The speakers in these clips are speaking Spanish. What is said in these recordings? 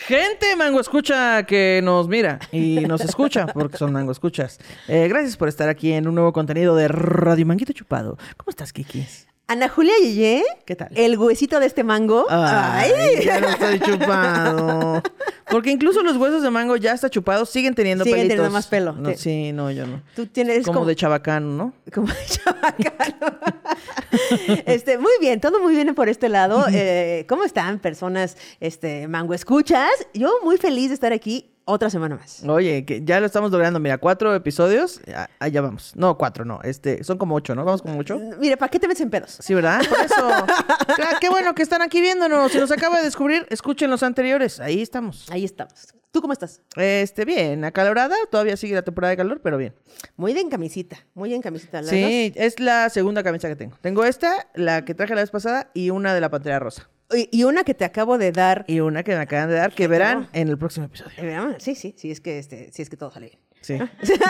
Gente Mango Escucha que nos mira y nos escucha, porque son Mango Escuchas. Gracias por estar aquí en un nuevo contenido de Radio Manguito Chupado. ¿Cómo estás, Kikis? Ana Julia Yeye. ¿Qué tal? El huesito de este mango. Ay, ya no estoy chupado. Porque incluso los huesos de mango ya está chupados, siguen teniendo pelitos. Siguen teniendo más pelo. No, sí, no, yo no. Tú tienes como de chabacano, ¿no? Como de chabacano. Muy bien, todo muy bien por este lado. ¿Cómo están, personas Mango Escuchas? Yo muy feliz de estar aquí otra semana más. Oye, que ya lo estamos logrando. Mira, 4 episodios. Allá vamos. No, 4 no. Son como 8, ¿no? ¿Vamos como 8? Mira, ¿para qué te metes en pedos? Sí, ¿verdad? Por eso. Qué bueno que están aquí viéndonos. Si nos acaba de descubrir, escuchen los anteriores. Ahí estamos. Ahí estamos. ¿Tú cómo estás? Bien. Acalorada. Todavía sigue la temporada de calor, pero bien. Muy bien camisita. Muy bien camisita. Sí, es la segunda camisa que tengo. Tengo esta, la que traje la vez pasada, y una de la Pantera Rosa. Y una que te acabo de dar. Y una que me acaban de dar, que verán en el próximo episodio. Sí, si es que todo sale bien. Sí.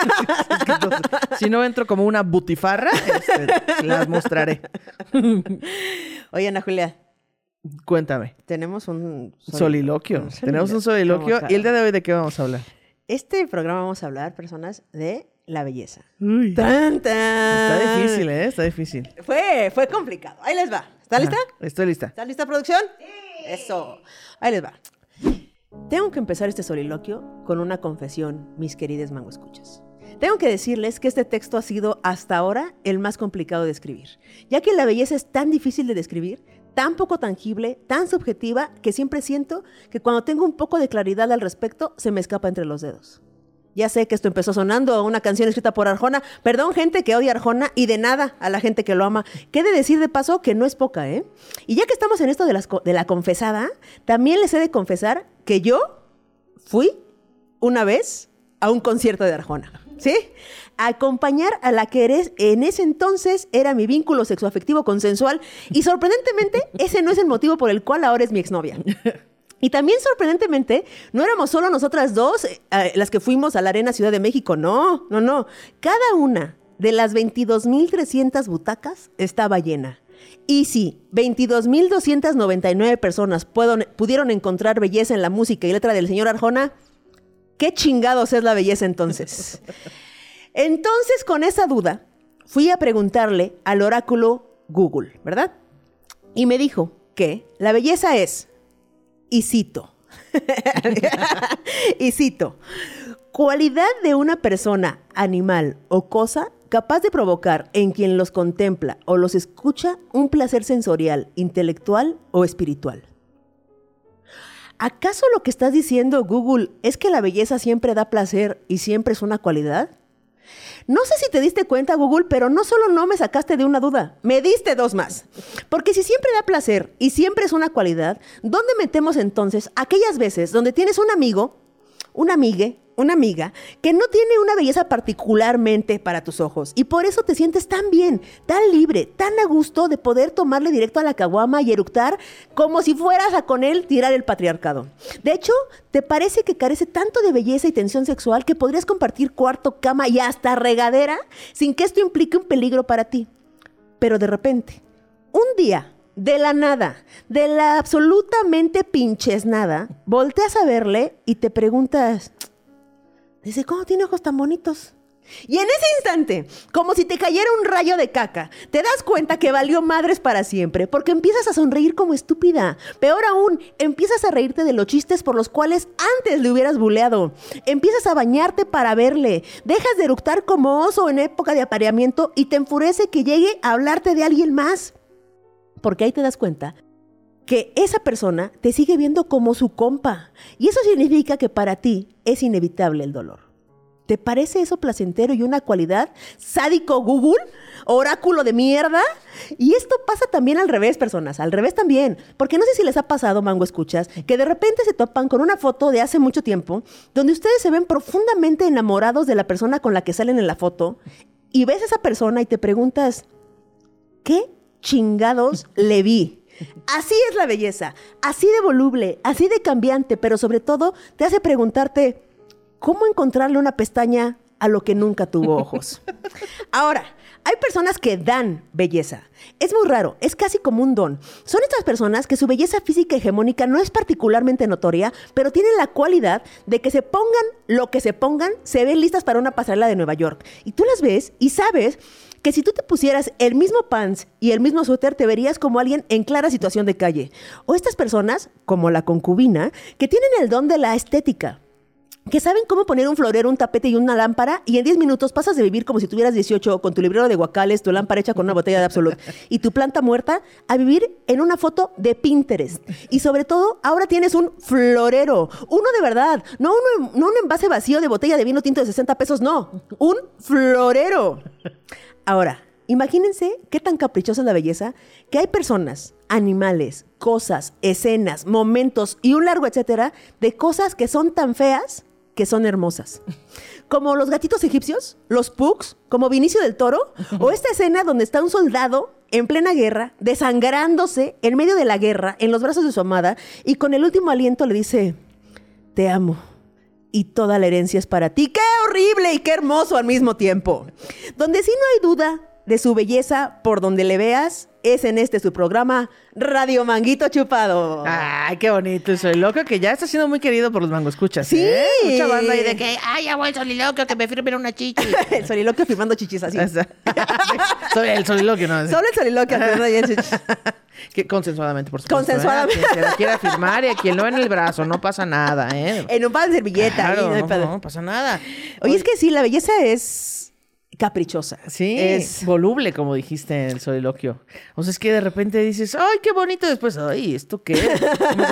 Si no entro como una butifarra, las mostraré. Oye, Ana Julia. Cuéntame. Tenemos un soliloquio. Tenemos un soliloquio. ¿Y el día de hoy de qué vamos a hablar? Este programa vamos a hablar, personas, de la belleza. Uy. ¡Tan, tan! Está difícil, Está difícil. Fue complicado. Ahí les va. ¿Está lista? Estoy lista. ¿Está lista, producción? Sí. Eso. Ahí les va. Tengo que empezar este soliloquio con una confesión, mis queridas Mango Escuchas. Tengo que decirles que este texto ha sido hasta ahora el más complicado de escribir, ya que la belleza es tan difícil de describir, tan poco tangible, tan subjetiva, que siempre siento que cuando tengo un poco de claridad al respecto, se me escapa entre los dedos. Ya sé que esto empezó sonando una canción escrita por Arjona. Perdón, gente que odia a Arjona, y de nada a la gente que lo ama. ¿Qué he de decir de paso? Que no es poca, ¿eh? Y ya que estamos en esto de la confesada, también les he de confesar que yo fui una vez a un concierto de Arjona, ¿sí? A acompañar a la que en ese entonces era mi vínculo sexoafectivo consensual, y sorprendentemente ese no es el motivo por el cual ahora es mi exnovia. Y también, sorprendentemente, no éramos solo nosotras dos las que fuimos a la Arena Ciudad de México. No. Cada una de las 22,300 butacas estaba llena. Y sí, 22,299 personas pudieron encontrar belleza en la música y letra del señor Arjona. ¿Qué chingados es la belleza entonces? Entonces, con esa duda, fui a preguntarle al oráculo Google, ¿verdad? Y me dijo que la belleza es... Y cito, cualidad de una persona, animal o cosa capaz de provocar en quien los contempla o los escucha un placer sensorial, intelectual o espiritual. ¿Acaso lo que estás diciendo, Google, es que la belleza siempre da placer y siempre es una cualidad? No sé si te diste cuenta, Google, pero no solo no me sacaste de una duda, me diste 2 más. Porque si siempre da placer y siempre es una cualidad, ¿dónde metemos entonces aquellas veces donde tienes un amigo, una amiga, que no tiene una belleza particularmente para tus ojos y por eso te sientes tan bien, tan libre, tan a gusto de poder tomarle directo a la caguama y eructar como si fueras a con él tirar el patriarcado? De hecho, ¿te parece que carece tanto de belleza y tensión sexual que podrías compartir cuarto, cama y hasta regadera sin que esto implique un peligro para ti? Pero de repente, un día, de la nada, de la absolutamente pinches nada, volteas a verle y te preguntas... ¿Desde cuándo tiene ojos tan bonitos? Y en ese instante, como si te cayera un rayo de caca, te das cuenta que valió madres para siempre, porque empiezas a sonreír como estúpida. Peor aún, empiezas a reírte de los chistes por los cuales antes le hubieras buleado. Empiezas a bañarte para verle. Dejas de eructar como oso en época de apareamiento y te enfurece que llegue a hablarte de alguien más. Porque ahí te das cuenta que esa persona te sigue viendo como su compa. Y eso significa que para ti es inevitable el dolor. ¿Te parece eso placentero y una cualidad? ¿Sádico Google? ¿Oráculo de mierda? Y esto pasa también al revés, personas. Al revés también. Porque no sé si les ha pasado, Mango Escuchas, que de repente se topan con una foto de hace mucho tiempo donde ustedes se ven profundamente enamorados de la persona con la que salen en la foto y ves a esa persona y te preguntas, ¿qué chingados le vi? Así es la belleza, así de voluble, así de cambiante, pero sobre todo te hace preguntarte, ¿cómo encontrarle una pestaña a lo que nunca tuvo ojos. Ahora, hay personas que dan belleza. Es muy raro, es casi como un don. Son estas personas que su belleza física hegemónica no es particularmente notoria, pero tienen la cualidad de que se pongan lo que se pongan, se ven listas para una pasarela de Nueva York. Y tú las ves y sabes que si tú te pusieras el mismo pants y el mismo suéter, te verías como alguien en clara situación de calle. O estas personas, como la concubina, que tienen el don de la estética, que saben cómo poner un florero, un tapete y una lámpara, y en 10 minutos pasas de vivir como si tuvieras 18 con tu librero de guacales, tu lámpara hecha con una botella de Absolut y tu planta muerta, a vivir en una foto de Pinterest. Y sobre todo, ahora tienes un florero, uno de verdad, no un envase vacío de botella de vino tinto de 60 pesos, no, un florero. Ahora, imagínense qué tan caprichosa es la belleza que hay personas, animales, cosas, escenas, momentos y un largo etcétera de cosas que son tan feas que son hermosas. Como los gatitos egipcios, los pugs, como Vinicio del Toro, o esta escena donde está un soldado en plena guerra, desangrándose en medio de la guerra, en los brazos de su amada, y con el último aliento le dice, te amo, y toda la herencia es para ti. ¡Qué horrible y qué hermoso al mismo tiempo! Donde sí no hay duda de su belleza por donde le veas, es en su programa Radio Manguito Chupado. Ay, qué bonito el Soliloquio, que ya está siendo muy querido por los mango escuchas. Sí. Mucha banda ahí de que, ay, ya voy el Soliloquio, que me firmen una chichi. El Soliloquio firmando chichis así. Soy el Soliloquio, ¿no? Solo el Soliloquio firmando ahí chichis. Que consensuadamente, por supuesto. Consensuadamente. A quien se lo quiera firmar y a quien lo en el brazo, no pasa nada, ¿eh? En un pan de servilleta. Claro, ahí, no pasa nada. Oye, es que sí, la belleza es caprichosa. Sí, es voluble, como dijiste en el Soliloquio. O sea, es que de repente dices, ay, qué bonito, después, ay, ¿esto qué es?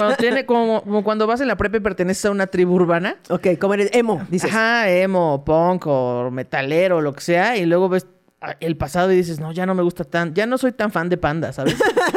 Como cuando vas en la prepa y perteneces a una tribu urbana. Ok, como eres emo, dices. Ajá, emo, punk o metalero, lo que sea, y luego ves el pasado y dices, no, ya no me gusta ya no soy tan fan de Panda, ¿sabes?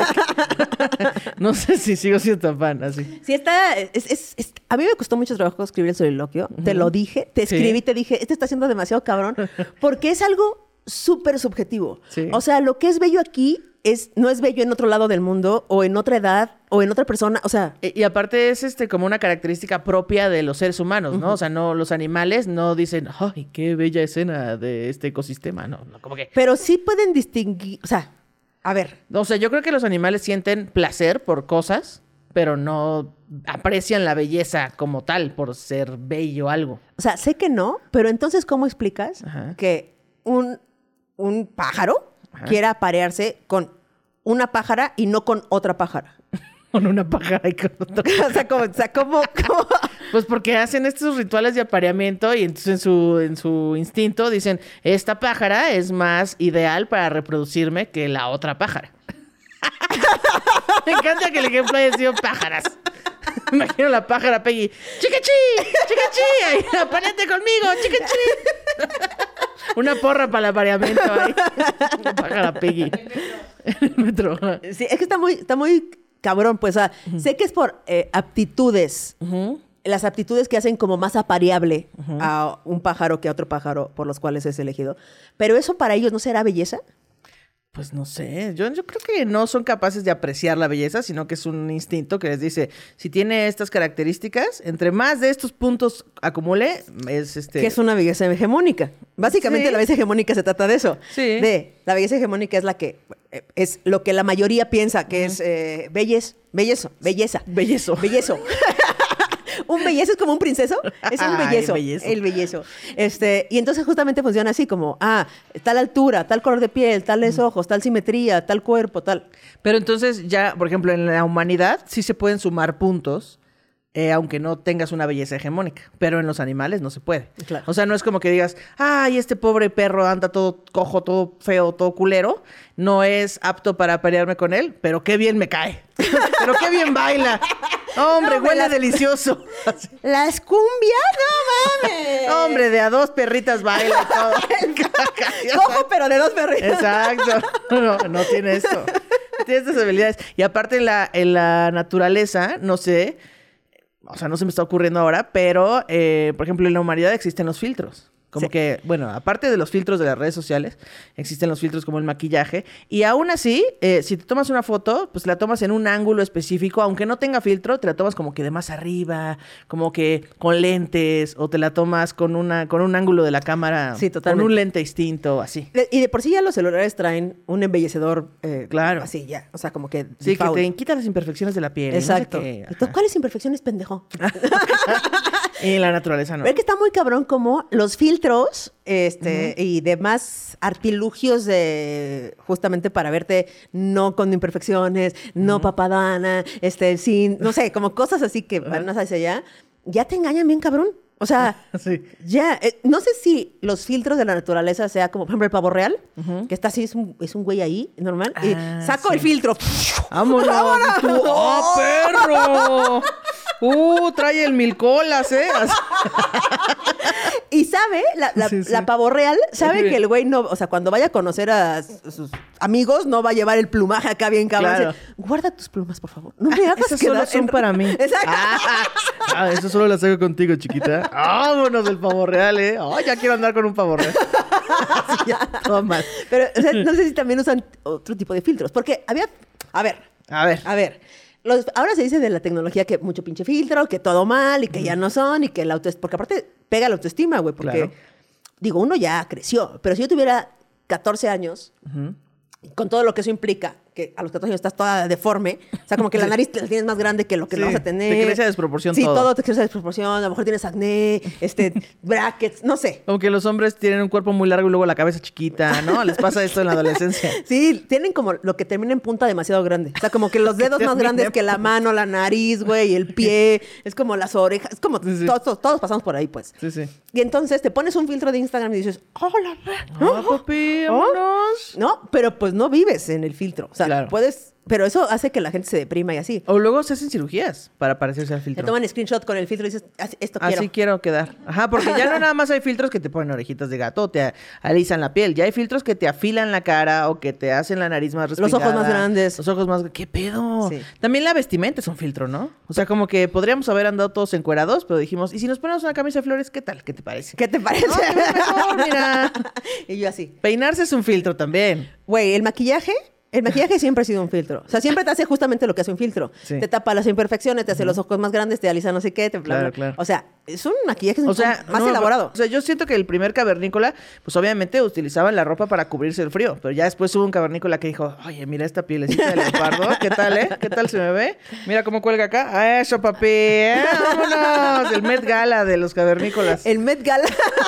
No sé si sigo siendo tan fan, así. Sí, a mí me costó mucho trabajo escribir el Soliloquio. Te lo dije, te escribí, te dije, está siendo demasiado cabrón, porque es algo súper subjetivo. Sí. O sea, lo que es bello aquí no es bello en otro lado del mundo, o en otra edad, o en otra persona, o sea... Y aparte es como una característica propia de los seres humanos, ¿no? O sea, no, los animales no dicen, ¡ay, qué bella escena de este ecosistema! No, como que... Pero sí pueden distinguir, o sea, a ver. O sea, yo creo que los animales sienten placer por cosas, pero no aprecian la belleza como tal, por ser bello algo. O sea, sé que no, pero entonces, ¿cómo explicas que un pájaro quiera aparearse con una pájara y no con otra pájara? Con una pájara y con otra pájara. o sea, ¿cómo? Pues porque hacen estos rituales de apareamiento y entonces en su instinto dicen, esta pájara es más ideal para reproducirme que la otra pájara. Me encanta que el ejemplo haya sido pájaras. Imagino la pájara Peggy. ¡Chicachi! ¡Chicachi! ¡Ay, aparente conmigo! ¡Chicachi! Una porra para el apareamiento ahí. La pájara Peggy. En el metro. Sí, es que está muy cabrón, pues. O sea, sé que es por aptitudes. Las aptitudes que hacen como más apareable a un pájaro que a otro pájaro por los cuales es elegido. Pero eso para ellos no será belleza. Pues no sé, yo creo que no son capaces de apreciar la belleza, sino que es un instinto que les dice, si tiene estas características, entre más de estos puntos acumule, es Que es una belleza hegemónica. Básicamente Sí. la belleza hegemónica se trata de eso. Sí. La belleza hegemónica es es lo que la mayoría piensa que es belleza. bellezo. Un bellezo es como un princeso. Es un Ay, bellezo. bellezo. El bellezo. Y entonces justamente funciona así como, tal altura, tal color de piel, tales ojos, tal simetría, tal cuerpo, tal. Pero entonces ya, por ejemplo, en la humanidad sí se pueden sumar puntos, aunque no tengas una belleza hegemónica. Pero en los animales no se puede. Claro. O sea, no es como que digas, ay, este pobre perro anda todo cojo, todo feo, todo culero. No es apto para aparearme con él, pero qué bien me cae. Pero qué bien baila. Hombre, No, huele delicioso. Las cumbias, no mames. Hombre, de a dos perritas baila y todo. Cojo, pero de dos perritos. Exacto. No tiene esto. Tiene estas habilidades. Y aparte en la naturaleza, no sé, o sea, no se me está ocurriendo ahora, pero, por ejemplo, en la humanidad existen los filtros. Como Sí. que, bueno, aparte de los filtros de las redes sociales, existen los filtros como el maquillaje. Y aún así, si te tomas una foto, pues la tomas en un ángulo específico. Aunque no tenga filtro, te la tomas como que de más arriba, como que con lentes, o te la tomas con un ángulo de la cámara, Sí, con totalmente. un lente distinto, así. Y de por sí ya los celulares traen un embellecedor. Claro. Así ya. O sea, como que. Sí, que default. te quita las imperfecciones de la piel. y no sé Exacto. qué. Entonces, Ajá. ¿cuáles imperfecciones, pendejo? Y en la naturaleza no. Pero es que está muy cabrón como los filtros y demás artilugios justamente para verte no con imperfecciones, no papadana, sin, no sé, como cosas así que van más hacia allá, ya te engañan bien cabrón. O sea, Sí. ya, no sé si los filtros de la naturaleza sea como, por ejemplo, el pavo real, que está así, es un güey ahí, normal, y saco sí. el filtro. ¡Vámonos! Y tú, ¡oh, perro! Trae el mil colas, ¿eh? Así. Y sabe, Sí, sí. la pavo real, sabe Ok. que el güey no, o sea, cuando vaya a conocer a sus amigos, no va a llevar el plumaje acá bien cabrón. Claro. Así, guarda tus plumas, por favor. No me hagas Esas solo quedar son para mí. Exacto. Eso solo las hago contigo, chiquita. Vámonos del pavo real, ¿eh? Ya quiero andar con un pavo real. Así ya, todo mal. Pero, o sea, no sé si también usan otro tipo de filtros, porque había, a ver, A ver. ahora se dice de la tecnología que mucho pinche filtro, que todo mal y que ya no son y que la autoestima, porque aparte pega la autoestima, güey, porque, Claro. digo, uno ya creció, pero si yo tuviera 14 años, con todo lo que eso implica, que a los 14 años estás toda deforme, o sea, como que la nariz te la tienes más grande que lo que Sí, lo vas a tener. te crece a desproporción sí, todo. todo te crece a desproporción, a lo mejor tienes acné, brackets, no sé. Como que los hombres tienen un cuerpo muy largo y luego la cabeza chiquita, ¿no? Les pasa esto en la adolescencia. Sí, tienen como lo que termina en punta demasiado grande. O sea, como que los dedos más termina grandes en que la mano, la nariz, güey, el pie. Es como las orejas. Es como Sí, sí. todos pasamos por ahí, pues. Sí, sí. Y entonces te pones un filtro de Instagram y dices, ¡hola! Papi, vámonos. No, pero pues no vives en el filtro. O sea, Claro. puedes... Pero eso hace que la gente se deprima y así. O luego se hacen cirugías para parecerse al Te filtro. toman screenshot con el filtro y dices, esto quiero. Así quiero quedar. Ajá, porque ya no nada más hay filtros que te ponen orejitas de gato o te alisan la piel. Ya hay filtros que te afilan la cara o que te hacen la nariz más Los respingada. ojos más grandes. Los ojos más... ¿Qué pedo? Sí. También la vestimenta es un filtro, ¿no? O sea, como que podríamos haber andado todos encuerados, pero dijimos, ¿y si nos ponemos una camisa de flores, qué tal? ¿Qué te parece? ¿Qué te parece? No, qué mejor, mira. Y yo así. Peinarse es un filtro también. Güey, el maquillaje siempre ha sido un filtro. O sea, siempre te hace justamente lo que hace un filtro. Sí. Te tapa las imperfecciones, te hace los ojos más grandes, te alisa no sé qué, te bla, Claro, bla. claro. O sea, es un maquillaje O sea, más no, elaborado. O sea, yo siento que el primer cavernícola, pues obviamente utilizaban la ropa para cubrirse el frío, pero ya después hubo un cavernícola que dijo, oye, mira esta pielecita de leopardo, ¿qué tal, ¿Qué tal se me ve? Mira cómo cuelga acá. ¡Ah, eso, papi! ¡Vámonos! El Met Gala de los cavernícolas. El Met Gala.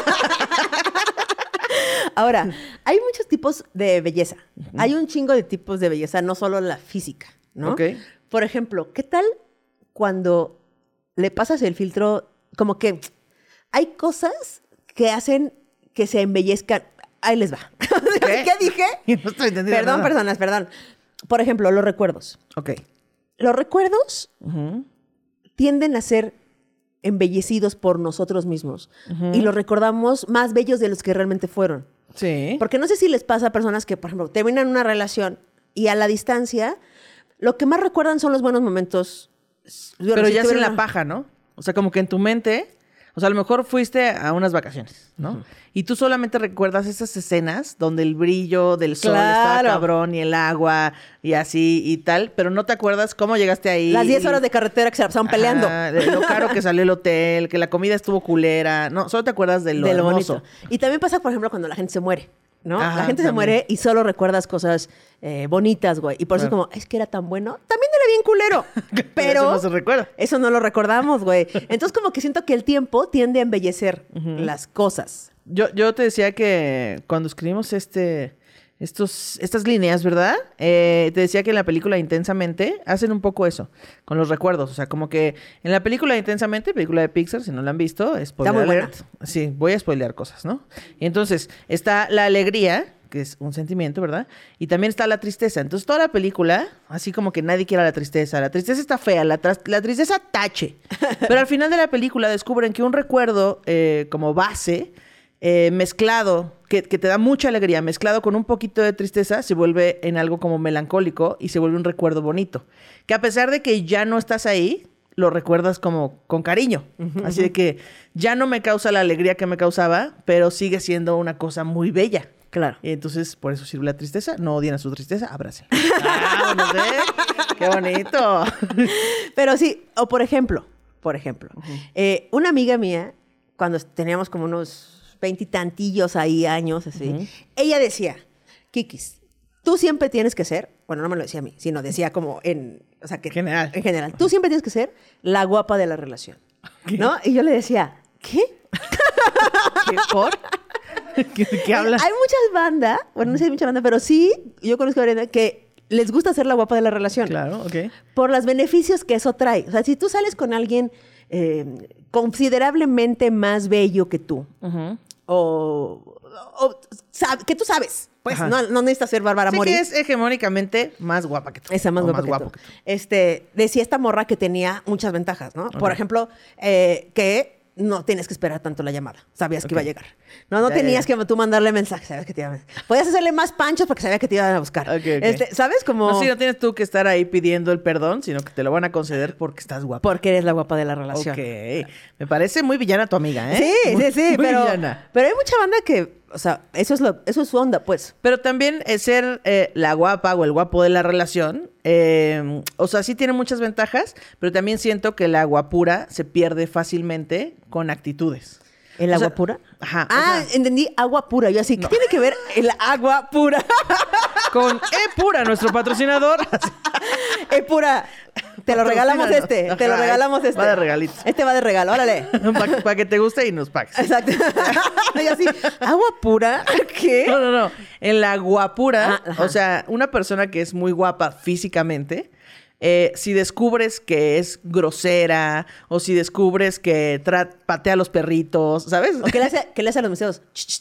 Ahora, hay muchos tipos de belleza. Hay un chingo de tipos de belleza, no solo la física, ¿no? Ok. Por ejemplo, ¿qué tal cuando le pasas el filtro? Como que hay cosas que hacen que se embellezcan. Ahí les va. ¿Qué dije? No estoy entendiendo Perdón, nada. personas, perdón. Por ejemplo, los recuerdos. Ok. Los recuerdos Ujú. tienden a ser embellecidos por nosotros mismos y los recordamos más bellos de los que realmente fueron. Sí. Porque no sé si les pasa a personas que, por ejemplo, terminan una relación y a la distancia lo que más recuerdan son los buenos momentos. Pero Si ya sin tuvieron la una- paja, ¿no? O sea, como que en tu mente, o sea, a lo mejor fuiste a unas vacaciones, ¿no? Y tú solamente recuerdas esas escenas donde el brillo del sol estaba Claro. cabrón y el agua y así y tal, pero no te acuerdas cómo llegaste ahí. Las 10 horas de carretera que se la pasaron peleando. Ajá, de lo caro que salió el hotel, que la comida estuvo culera. No, solo te acuerdas de lo hermoso. bonito. Y también pasa, por ejemplo, cuando la gente se muere, ¿no? Ajá, la gente se también. muere y solo recuerdas cosas bonitas, güey. Y por eso es como, es que era tan bueno. También era bien culero. Pero Eso no se recuerda. eso no lo recordamos, güey. Entonces, como que siento que el tiempo tiende a embellecer las cosas. Yo te decía que cuando escribimos estas líneas, ¿verdad? Te decía que en la película Intensamente hacen un poco eso, con los recuerdos. O sea, como que en la película Intensamente, película de Pixar, si no la han visto, spoiler muy buena. alert. Sí, voy a spoilear cosas, ¿no? Y entonces está la alegría, que es un sentimiento, ¿verdad? Y también está la tristeza. Entonces toda la película, así como que nadie quiere la tristeza. La tristeza está fea, la tristeza tache. Pero al final de la película descubren que un recuerdo como base mezclado, que te da mucha alegría, mezclado con un poquito de tristeza, se vuelve en algo como melancólico y se vuelve un recuerdo bonito. Que a pesar de que ya no estás ahí, lo recuerdas como con cariño. Así de que ya no me causa la alegría que me causaba, pero sigue siendo una cosa muy bella. Claro. Y entonces, por eso sirve la tristeza. No odien a su tristeza, abrácenla. No sé. ¡Qué bonito! Pero sí, o por ejemplo, una amiga mía, cuando teníamos como unos 20 y tantillos ahí años, así, ella decía, Kikis, tú siempre tienes que ser, bueno, no me lo decía a mí, sino decía como en general. En general, tú siempre tienes que ser la guapa de la relación, ¿no? Y yo le decía, ¿qué? ¿Qué por? ¿Qué hablas? Hay muchas bandas, bueno, no sé si hay mucha banda, pero sí, yo conozco a Brenda que les gusta ser la guapa de la relación. Claro, ok. Por los beneficios que eso trae. O sea, si tú sales con alguien considerablemente más bello que tú, que tú sabes, pues no necesitas ser Bárbara Sí, Mori. que es hegemónicamente más guapa que tú. Esa más O guapa que guapo tú. Decía esta morra que tenía muchas ventajas, ¿no? Por ejemplo, que no tienes que esperar tanto la llamada. Sabías que iba a llegar. No tenías que tú mandarle mensajes. Sabías que te iban a... Podías hacerle más panchos porque sabía que te iban a buscar. ¿Sabes? Como... No, sí, no tienes tú que estar ahí pidiendo el perdón, sino que te lo van a conceder porque estás guapa. Porque eres la guapa de la relación. Ok. Me parece muy villana tu amiga, ¿eh? Sí, muy pero villana. Pero hay mucha banda que... O sea, eso es su onda, pues. Pero también ser la guapa o el guapo de la relación, o sea, sí tiene muchas ventajas, pero también siento que la guapura se pierde fácilmente con actitudes. ¿El agua pura? Ajá. Entendí, agua pura. Yo así, ¿qué tiene que ver el agua pura? Con Pura, nuestro patrocinador. Pura. Te lo regalamos te lo regalamos Va de regalito. Este va de regalo, órale. Para que te guste y nos pagues. Exacto. Y así, ¿agua pura? ¿Qué? No. En la guapura, o sea, una persona que es muy guapa físicamente, si descubres que es grosera o si descubres que patea a los perritos, ¿sabes? O que le hace a los museos.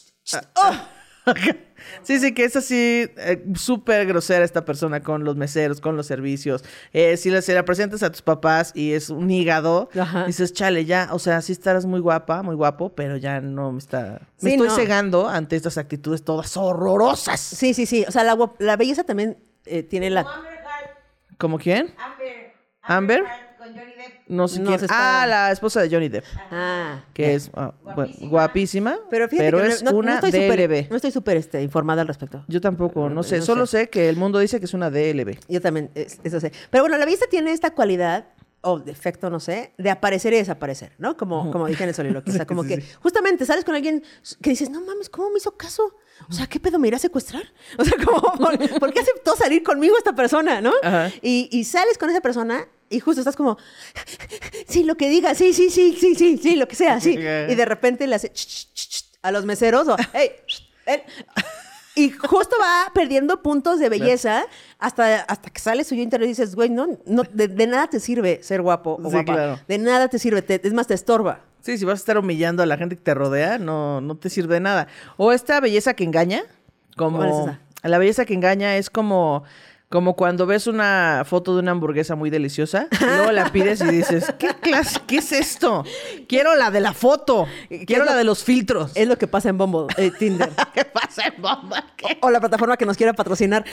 Sí, que es así súper grosera esta persona con los meseros, con los servicios. Si se la presentas a tus papás y es un hígado, dices, chale, ya, o sea, sí estarás muy guapa, muy guapo, pero ya no me estoy cegando ante estas actitudes todas horrorosas. Sí. O sea, la belleza también tiene la... ¿Cómo quién? Amber. Con Johnny Depp. No sé quién. La esposa de Johnny Depp. Que es guapísima, pero fíjate que es una DLB. No estoy súper informada al respecto. Yo tampoco, no sé. Solo sé que el mundo dice que es una DLB. Yo también, eso sé. Pero bueno, la belleza tiene esta cualidad, o defecto, no sé, de aparecer y desaparecer, ¿no? Como dije en el soliloquio. O sea, como que justamente sales con alguien que dices, no mames, ¿cómo me hizo caso? O sea, ¿qué pedo me irá a secuestrar? O sea, ¿por qué aceptó salir conmigo esta persona, no? Y sales con esa persona y justo estás como, sí, lo que diga, sí, lo que sea, sí. Y de repente le hace a los meseros o, hey, y justo va perdiendo puntos de belleza hasta que sale su yo interior y dices, güey, no de nada te sirve ser guapo o guapa. Claro. De nada te sirve, es más, te estorba. Sí, si vas a estar humillando a la gente que te rodea, no te sirve de nada. O esta belleza que engaña, como... ¿Cuál es esa? La belleza que engaña es como cuando ves una foto de una hamburguesa muy deliciosa, y luego la pides y dices, ¿qué es esto? Quiero la de la foto, quiero la de los filtros. Es lo que pasa en Bumble, Tinder. ¿Qué pasa en Bumble? O la plataforma que nos quiera patrocinar.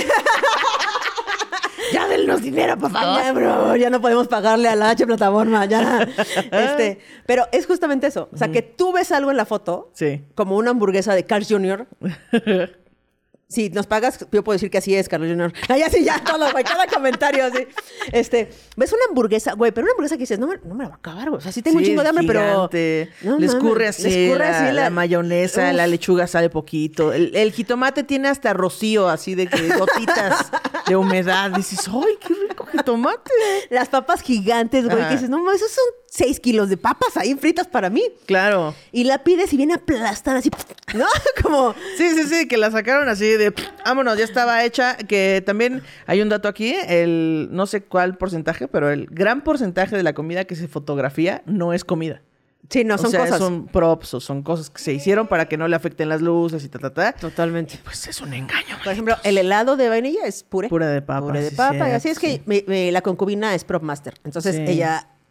Ya dennos dinero, por favor. Ya, bro, ya no podemos pagarle a la H plataforma, ya. Pero es justamente eso. O sea, que tú ves algo en la foto, como una hamburguesa de Carl's Jr., si nos pagas, yo puedo decir que así es, Carlos Jr. Ya, todo, güey, cada comentario, así. Ves una hamburguesa, güey, pero una hamburguesa que dices, no me la va a acabar, güey. O sea, sí tengo un chingo de hambre, gigante. pero... Le escurre así la mayonesa, la lechuga sale poquito. El jitomate tiene hasta rocío, así de gotitas de humedad. Dices, ¡ay, qué rico jitomate! Las papas gigantes, güey, que dices, no, esos son 6 kilos de papas ahí fritas para mí. Claro. Y la pides y viene aplastada así, ¿no? Como... Sí, que la sacaron así de, vámonos, ya estaba hecha. Que también hay un dato aquí, no sé cuál porcentaje, pero el gran porcentaje de la comida que se fotografía no es comida. Sí, no, son cosas. Son props o son cosas que se hicieron para que no le afecten las luces y Totalmente. Pues es un engaño. Por ejemplo, el helado de vainilla es pura de papa. Pura de papa. Y así es que la concubina es prop master. Entonces ella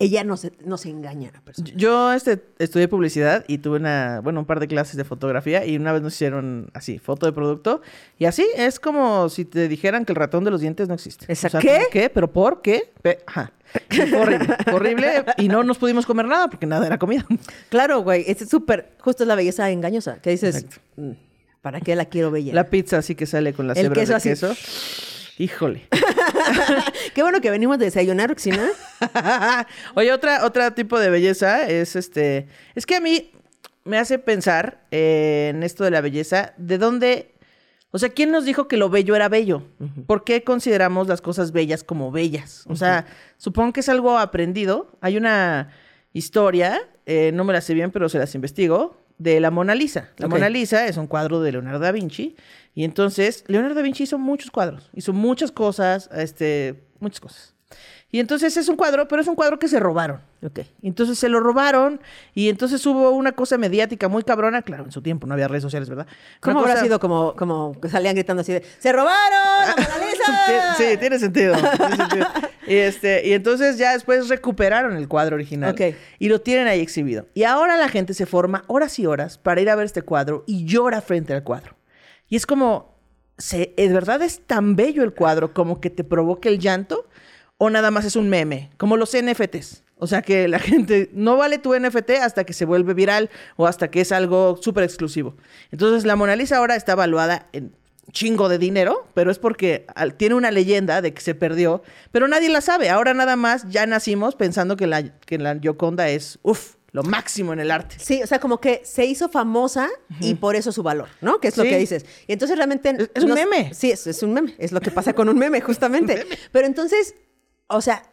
ella no se engaña a la persona. Yo estudié publicidad y tuve un par de clases de fotografía y una vez nos hicieron así, foto de producto. Y así es como si te dijeran que el ratón de los dientes no existe. Exacto. O sea, ¿qué? ¿Qué? ¿Pero por qué? Ajá. Horrible, horrible. Y no nos pudimos comer nada porque nada era comida. Claro, güey. Es súper... Justo es la belleza engañosa. Que dices, ¿para qué la quiero bella? La pizza así que sale con las hebras de queso. Híjole. Qué bueno que venimos de desayunar, Roxina. Oye, otra tipo de belleza es Es que a mí me hace pensar en esto de la belleza. ¿De dónde? O sea, ¿quién nos dijo que lo bello era bello? Uh-huh. ¿Por qué consideramos las cosas bellas como bellas? O sea, supongo que es algo aprendido. Hay una historia, no me la sé bien, pero se las investigo, de la Mona Lisa. La Mona Lisa es un cuadro de Leonardo da Vinci. Y entonces, Leonardo da Vinci hizo muchos cuadros. Hizo muchas cosas, muchas cosas. Y entonces es un cuadro, pero es un cuadro que se robaron. Okay. Entonces se lo robaron y entonces hubo una cosa mediática muy cabrona. Claro, en su tiempo no había redes sociales, ¿verdad? ¿Cómo habrá sido como que salían gritando así de ¡se robaron la Mona Lisa! Sí, tiene sentido. Y entonces ya después recuperaron el cuadro original. Okay. Y lo tienen ahí exhibido. Y ahora la gente se forma horas y horas para ir a ver este cuadro y llora frente al cuadro. Y es como, ¿de verdad es tan bello el cuadro como que te provoque el llanto? ¿O nada más es un meme? Como los NFTs. O sea, que la gente no vale tu NFT hasta que se vuelve viral o hasta que es algo súper exclusivo. Entonces, la Mona Lisa ahora está valuada en chingo de dinero, pero es porque tiene una leyenda de que se perdió, pero nadie la sabe. Ahora nada más ya nacimos pensando que la Gioconda es, lo máximo en el arte. Sí, o sea, como que se hizo famosa y por eso su valor, ¿no? Que es lo que dices. Y entonces realmente... Es un meme. Sí, es un meme. Es lo que pasa con un meme, justamente. Un meme. Pero entonces... O sea,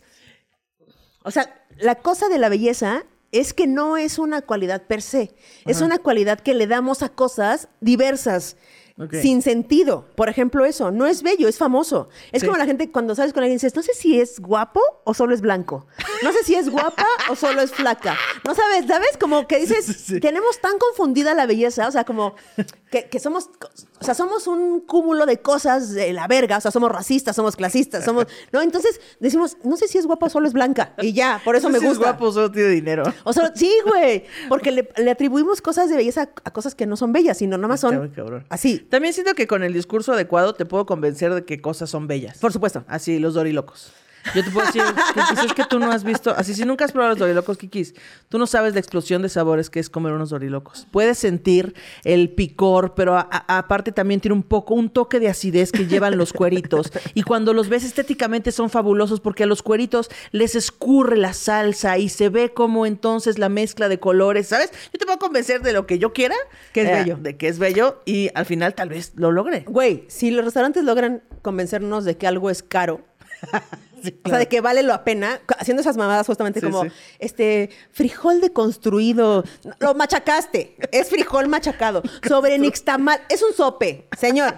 la cosa de la belleza es que no es una cualidad per se. Es una cualidad que le damos a cosas diversas, sin sentido. Por ejemplo, eso, no es bello, es famoso. Es como la gente cuando sales con alguien dices, no sé si es guapo o solo es blanco. No sé si es guapa o solo es flaca. No sabes, ¿sabes? Como que dices, tenemos tan confundida la belleza, o sea, como que somos... O sea, somos un cúmulo de cosas de la verga. O sea, somos racistas, somos clasistas, ¿no? Entonces decimos, no sé si es guapa o solo es blanca. Y ya, por eso no me sé gusta. Si es guapo o solo tiene dinero. O solo, sí, güey. Porque le atribuimos cosas de belleza a cosas que no son bellas, sino nada más son así. También siento que con el discurso adecuado te puedo convencer de que cosas son bellas. Por supuesto. Así, los dorilocos. Yo te puedo decir, Kikis, es que tú no has visto... Así, si nunca has probado los dorilocos, Kikis, tú no sabes la explosión de sabores que es comer unos dorilocos. Puedes sentir el picor, pero aparte también tiene un toque de acidez que llevan los cueritos. Y cuando los ves estéticamente son fabulosos porque a los cueritos les escurre la salsa y se ve como entonces la mezcla de colores, ¿sabes? Yo te puedo convencer de lo que yo quiera. Que es bello. De que es bello y al final tal vez lo logre. Güey, si los restaurantes logran convencernos de que algo es caro... Sí, claro. O sea, de que vale la pena, haciendo esas mamadas justamente frijol deconstruido, lo machacaste, es frijol machacado, sobre nixtamal, es un sope, señor.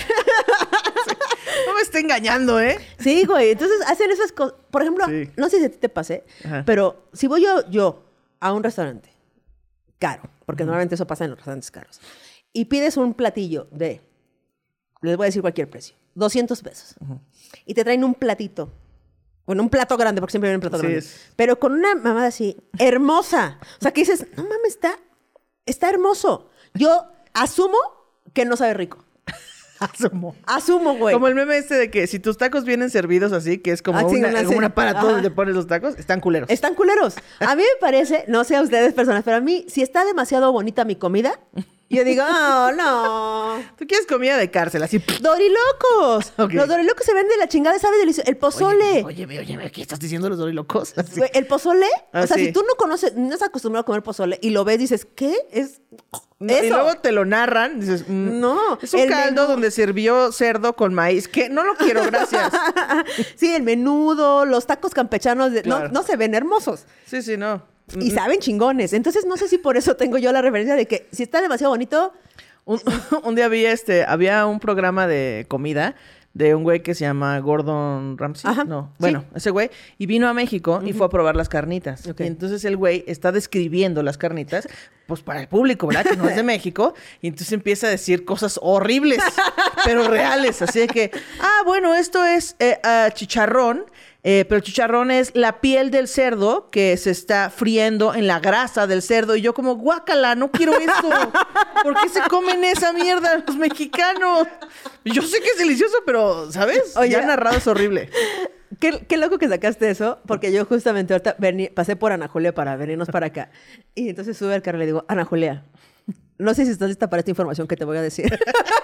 No me está engañando, ¿eh? Sí, güey, entonces hacen esas cosas, por ejemplo, no sé si a ti te pasé, pero si voy yo a un restaurante caro, porque normalmente eso pasa en los restaurantes caros, y pides un platillo les voy a decir cualquier precio, 200 pesos, y te traen un platito. Bueno, un plato grande, porque siempre viene un plato grande. Pero con una mamada así, hermosa. O sea, que dices, no mames, está hermoso. Yo asumo que no sabe rico. Asumo, güey. Como el meme de que si tus tacos vienen servidos así, que es como un aparato donde pones los tacos, están culeros. Están culeros. A mí me parece, no sé a ustedes personas, pero a mí, si está demasiado bonita mi comida... Yo digo, no. ¿Tú quieres comida de cárcel? Así. ¡Dorilocos! Okay. Los dorilocos se venden de la chingada, sabe delicioso. El pozole. Oye, ¿qué estás diciendo los dorilocos? Güey, el pozole, o sea, si tú no conoces, no estás acostumbrado a comer pozole y lo ves, dices, ¿qué? Es eso. Y luego te lo narran, dices, no. Es un caldo donde sirvió cerdo con maíz, que no lo quiero, gracias. Sí, el menudo, los tacos campechanos, no se ven hermosos. Sí, no. Y saben chingones. Entonces, no sé si por eso tengo yo la referencia de que si está demasiado bonito... Un día vi había un programa de comida de un güey que se llama Gordon Ramsay. Ajá. No, bueno, ese güey. Y vino a México y fue a probar las carnitas. Okay. Y entonces el güey está describiendo las carnitas, pues para el público, ¿verdad? Que no es de México. Y entonces empieza a decir cosas horribles, pero reales. Así de que, bueno, esto es chicharrón Pero el chicharrón es la piel del cerdo que se está friendo en la grasa del cerdo. Y yo como, guácala, no quiero eso. ¿Por qué se comen esa mierda los mexicanos? Yo sé que es delicioso, pero, ¿sabes? Oye, ya narrado es horrible. Qué loco que sacaste eso, porque yo justamente ahorita pasé por Ana Julia para venirnos para acá. Y entonces sube al carro y le digo, Ana Julia, no sé si estás lista para esta información que te voy a decir.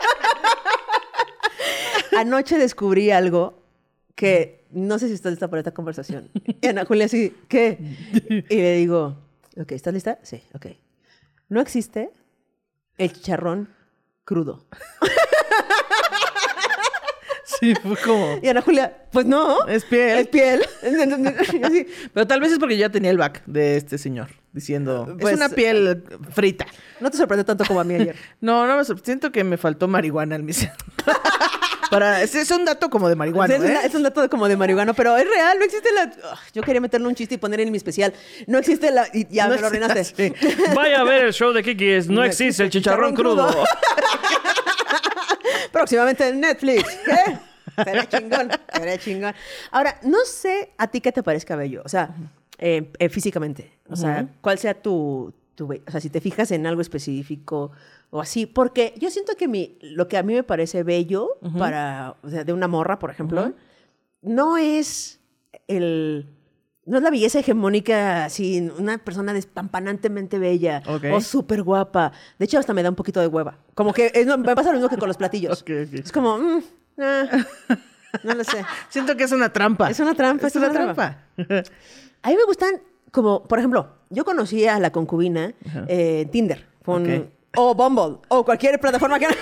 Anoche descubrí algo que no sé si estás lista para esta conversación. Y Ana Julia así, ¿qué? Y le digo, ok, ¿estás lista? Sí, ok. No existe el chicharrón crudo. Sí, fue como... Y Ana Julia, pues no. Es piel. Es piel. Así, Pero tal vez es porque ya tenía el back de este señor diciendo, Pues, es una piel frita. no te sorprendió tanto como a mí ayer. No me siento que me faltó marihuana al mismo. Es un dato como de marihuana, Es un dato como de marihuano, pero es real, no existe la... yo quería meterle un chiste y poner en mi especial. No existe la... Y ya No me lo arruinaste. sí. Vaya a ver el show de Kiki, no existe el chicharrón crudo. Próximamente en Netflix. ¿Qué? Será chingón, será chingón. Ahora, no sé a ti qué te parezca bello, o sea, físicamente. O sea, cuál sea tu... O sea, si te fijas en algo específico o así. Porque yo siento que lo que a mí me parece bello o sea, de una morra, por ejemplo, no es no es la belleza hegemónica, así, una persona despampanantemente bella o súper guapa. De hecho, hasta me da un poquito de hueva. Como que me pasa lo mismo que con los platillos. Okay. Es como, no lo sé. Siento que es una trampa. Es una trampa. Es una trampa. A mí me gustan, como, por ejemplo, yo conocí a la concubina en Tinder. O Bumble, o cualquier plataforma que...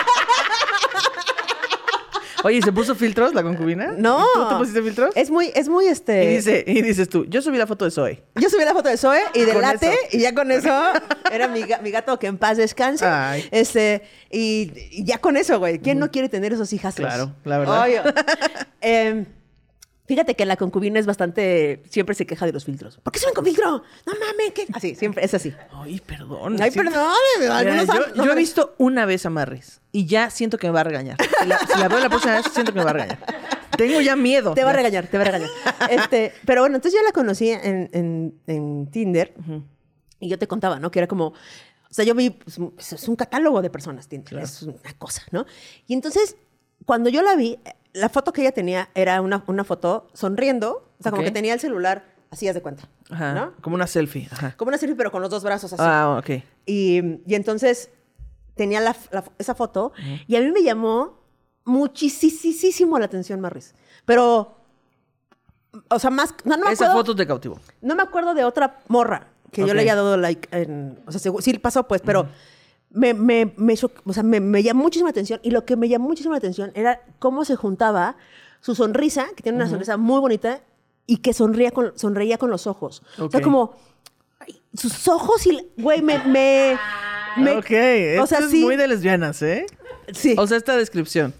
Oye, ¿se puso filtros la concubina? No. ¿Y tú te pusiste filtros? Es muy Y dices tú, yo subí la foto de Zoe. Yo subí la foto de Zoe y de Con Late, eso. y ya con eso era mi gato que en paz descanse. Ay. Y ya con eso, güey. ¿Quién no quiere tener esos hijastros? Claro, la verdad. Obvio. Fíjate que la concubina es bastante... Siempre se queja de los filtros. ¿Por qué suben con filtro? No mames, ¿qué? Así, siempre es así. Ay, perdón. Ay, Sí. perdón. Yo he visto una vez a Marris y ya siento que me va a regañar. Si la veo la próxima vez, siento que me va a regañar. Tengo ya miedo. Te va a regañar. Pero bueno, entonces yo la conocí en Tinder y yo te contaba, ¿no? Que era como... O sea, yo vi... Pues, es un catálogo de personas, Tinder. Claro. Es una cosa, ¿no? Y entonces, cuando yo la vi... La foto que ella tenía era una foto sonriendo. O sea, como que tenía el celular así, haz de cuenta. Ajá, ¿no? como una selfie. Ajá. Como una selfie, pero con los dos brazos así. Ah, ok. Y entonces tenía esa foto y a mí me llamó muchísimo la atención, Marris. Pero, o sea, más... No me Esa acuerdo, foto te cautivó. No me acuerdo de otra morra que yo le haya dado like. O sea, sí pasó, pues, pero... O sea, me llamó muchísima atención. Y lo que me llamó muchísima atención era cómo se juntaba su sonrisa, que tiene una sonrisa muy bonita, y que sonreía con los ojos. O sea, como... ay, sus ojos y... Güey, Ok, esto o sea, es sí. muy de lesbianas, ¿eh? Sí. O sea, esta descripción.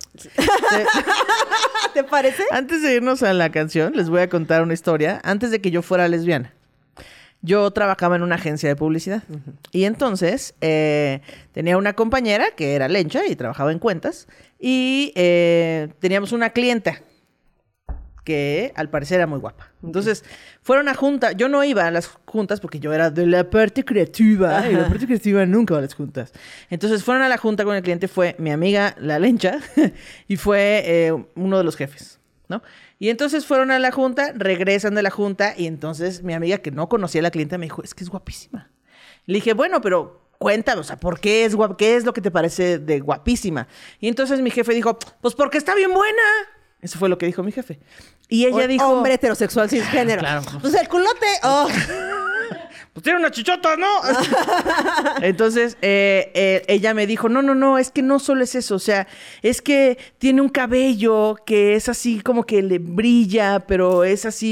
¿Te parece? Antes de irnos a la canción, les voy a contar una historia. Antes de que yo fuera lesbiana, yo trabajaba en una agencia de publicidad. Y entonces tenía una compañera que era lencha y trabajaba en cuentas. Y teníamos una clienta que al parecer era muy guapa. Entonces fueron a junta. Yo no iba a las juntas porque yo era de la parte creativa. Y la parte creativa nunca va a las juntas. Entonces fueron a la junta con el cliente. Fue mi amiga, la lencha, y fue uno de los jefes, ¿no? Y entonces fueron a la junta, regresan de la junta, y entonces mi amiga, que no conocía a la clienta, me dijo, es que es guapísima. Le dije, bueno, pero cuéntame, o sea, ¿por qué es guapa? ¿Qué es lo que te parece de guapísima? Y entonces mi jefe dijo, pues porque está bien buena. Eso fue lo que dijo mi jefe. Y ella dijo... Hombre heterosexual sin género. Claro. Pues el culote... Oh. Pues tiene una chichota, ¿no? Entonces, ella me dijo, no, es que no solo es eso. O sea, es que tiene un cabello que es así como que le brilla, pero es así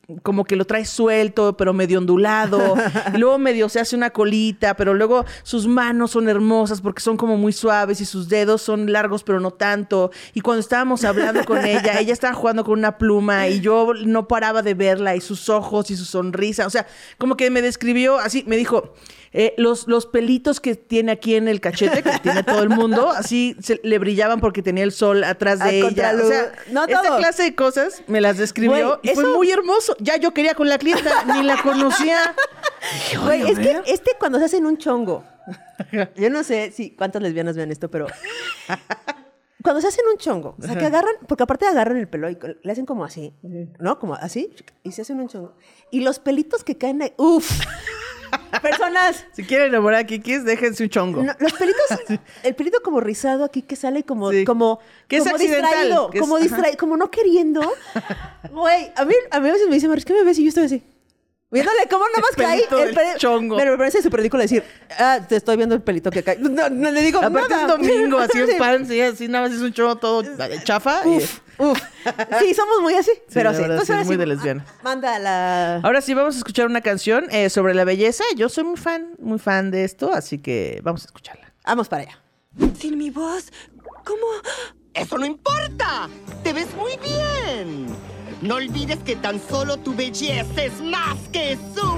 como que lo trae suelto, pero medio ondulado. Y luego medio se hace una colita, pero luego sus manos son hermosas porque son como muy suaves y sus dedos son largos, pero no tanto. Y cuando estábamos hablando con ella estaba jugando con una pluma y yo no paraba de verla y sus ojos y su sonrisa. O sea, como que me describió así, me dijo... los pelitos que tiene aquí en el cachete, que tiene todo el mundo, así le brillaban porque tenía el sol atrás de ella. O sea, esta clase de cosas me las describió y fue muy hermoso. Ya yo quería con la clienta, ni la conocía. Güey, es que cuando se hacen un chongo, yo no sé si cuántas lesbianas vean esto, pero cuando se hacen un chongo, o sea, que agarran, porque aparte agarran el pelo y le hacen como así, ¿no? Como así, y se hacen un chongo. Y los pelitos que caen ahí, ¡uf! Personas. Si quieren enamorar a Kikis, déjense un chongo. No, los pelitos, el pelito como rizado aquí que sale como, sí. como, que es como distraído. Como distraído, como no queriendo. Güey, a mí a veces me dicen, ¿qué me ves? Y yo estoy así. Viéndole cómo nomás cae el chongo. Pero me parece súper ridículo decir, te estoy viendo el pelito que cae. No le digo aparte nada. Es domingo, así en pan, sí, así nada más es un chongo todo chafa. Uf. Sí, somos muy así. Sí, pero sí. Entonces, sí, es muy de lesbiana. Manda la... Ahora sí, vamos a escuchar una canción sobre la belleza. Yo soy muy fan de esto, así que vamos a escucharla. Vamos para allá. Sin mi voz, ¿cómo? ¡Eso no importa! ¡Te ves muy bien! No olvides que tan solo tu belleza es más que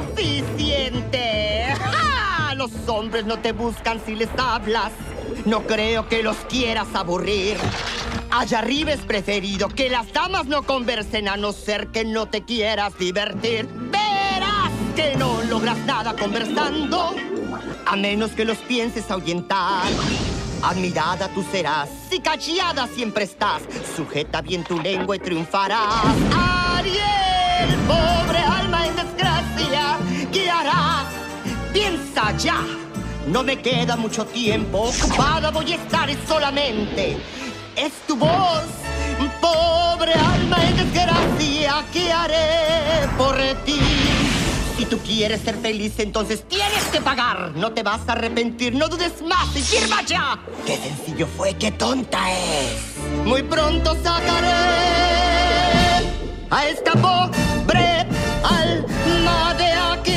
suficiente. ¡Ja! Los hombres no te buscan si les hablas. No creo que los quieras aburrir. Allá arriba es preferido que las damas no conversen a no ser que no te quieras divertir. Verás que no logras nada conversando, a menos que los pienses ahuyentar. Admirada tú serás, si callada siempre estás. Sujeta bien tu lengua y triunfarás. Ariel, pobre alma en desgracia, ¿qué harás? Piensa ya, no me queda mucho tiempo. Ocupada voy a estar solamente. Es tu voz, pobre alma en desgracia, ¿qué haré por ti? Si tú quieres ser feliz, entonces tienes que pagar. No te vas a arrepentir, no dudes más y firma ya. Qué sencillo fue, qué tonta es. Muy pronto sacaré a esta pobre alma de aquí.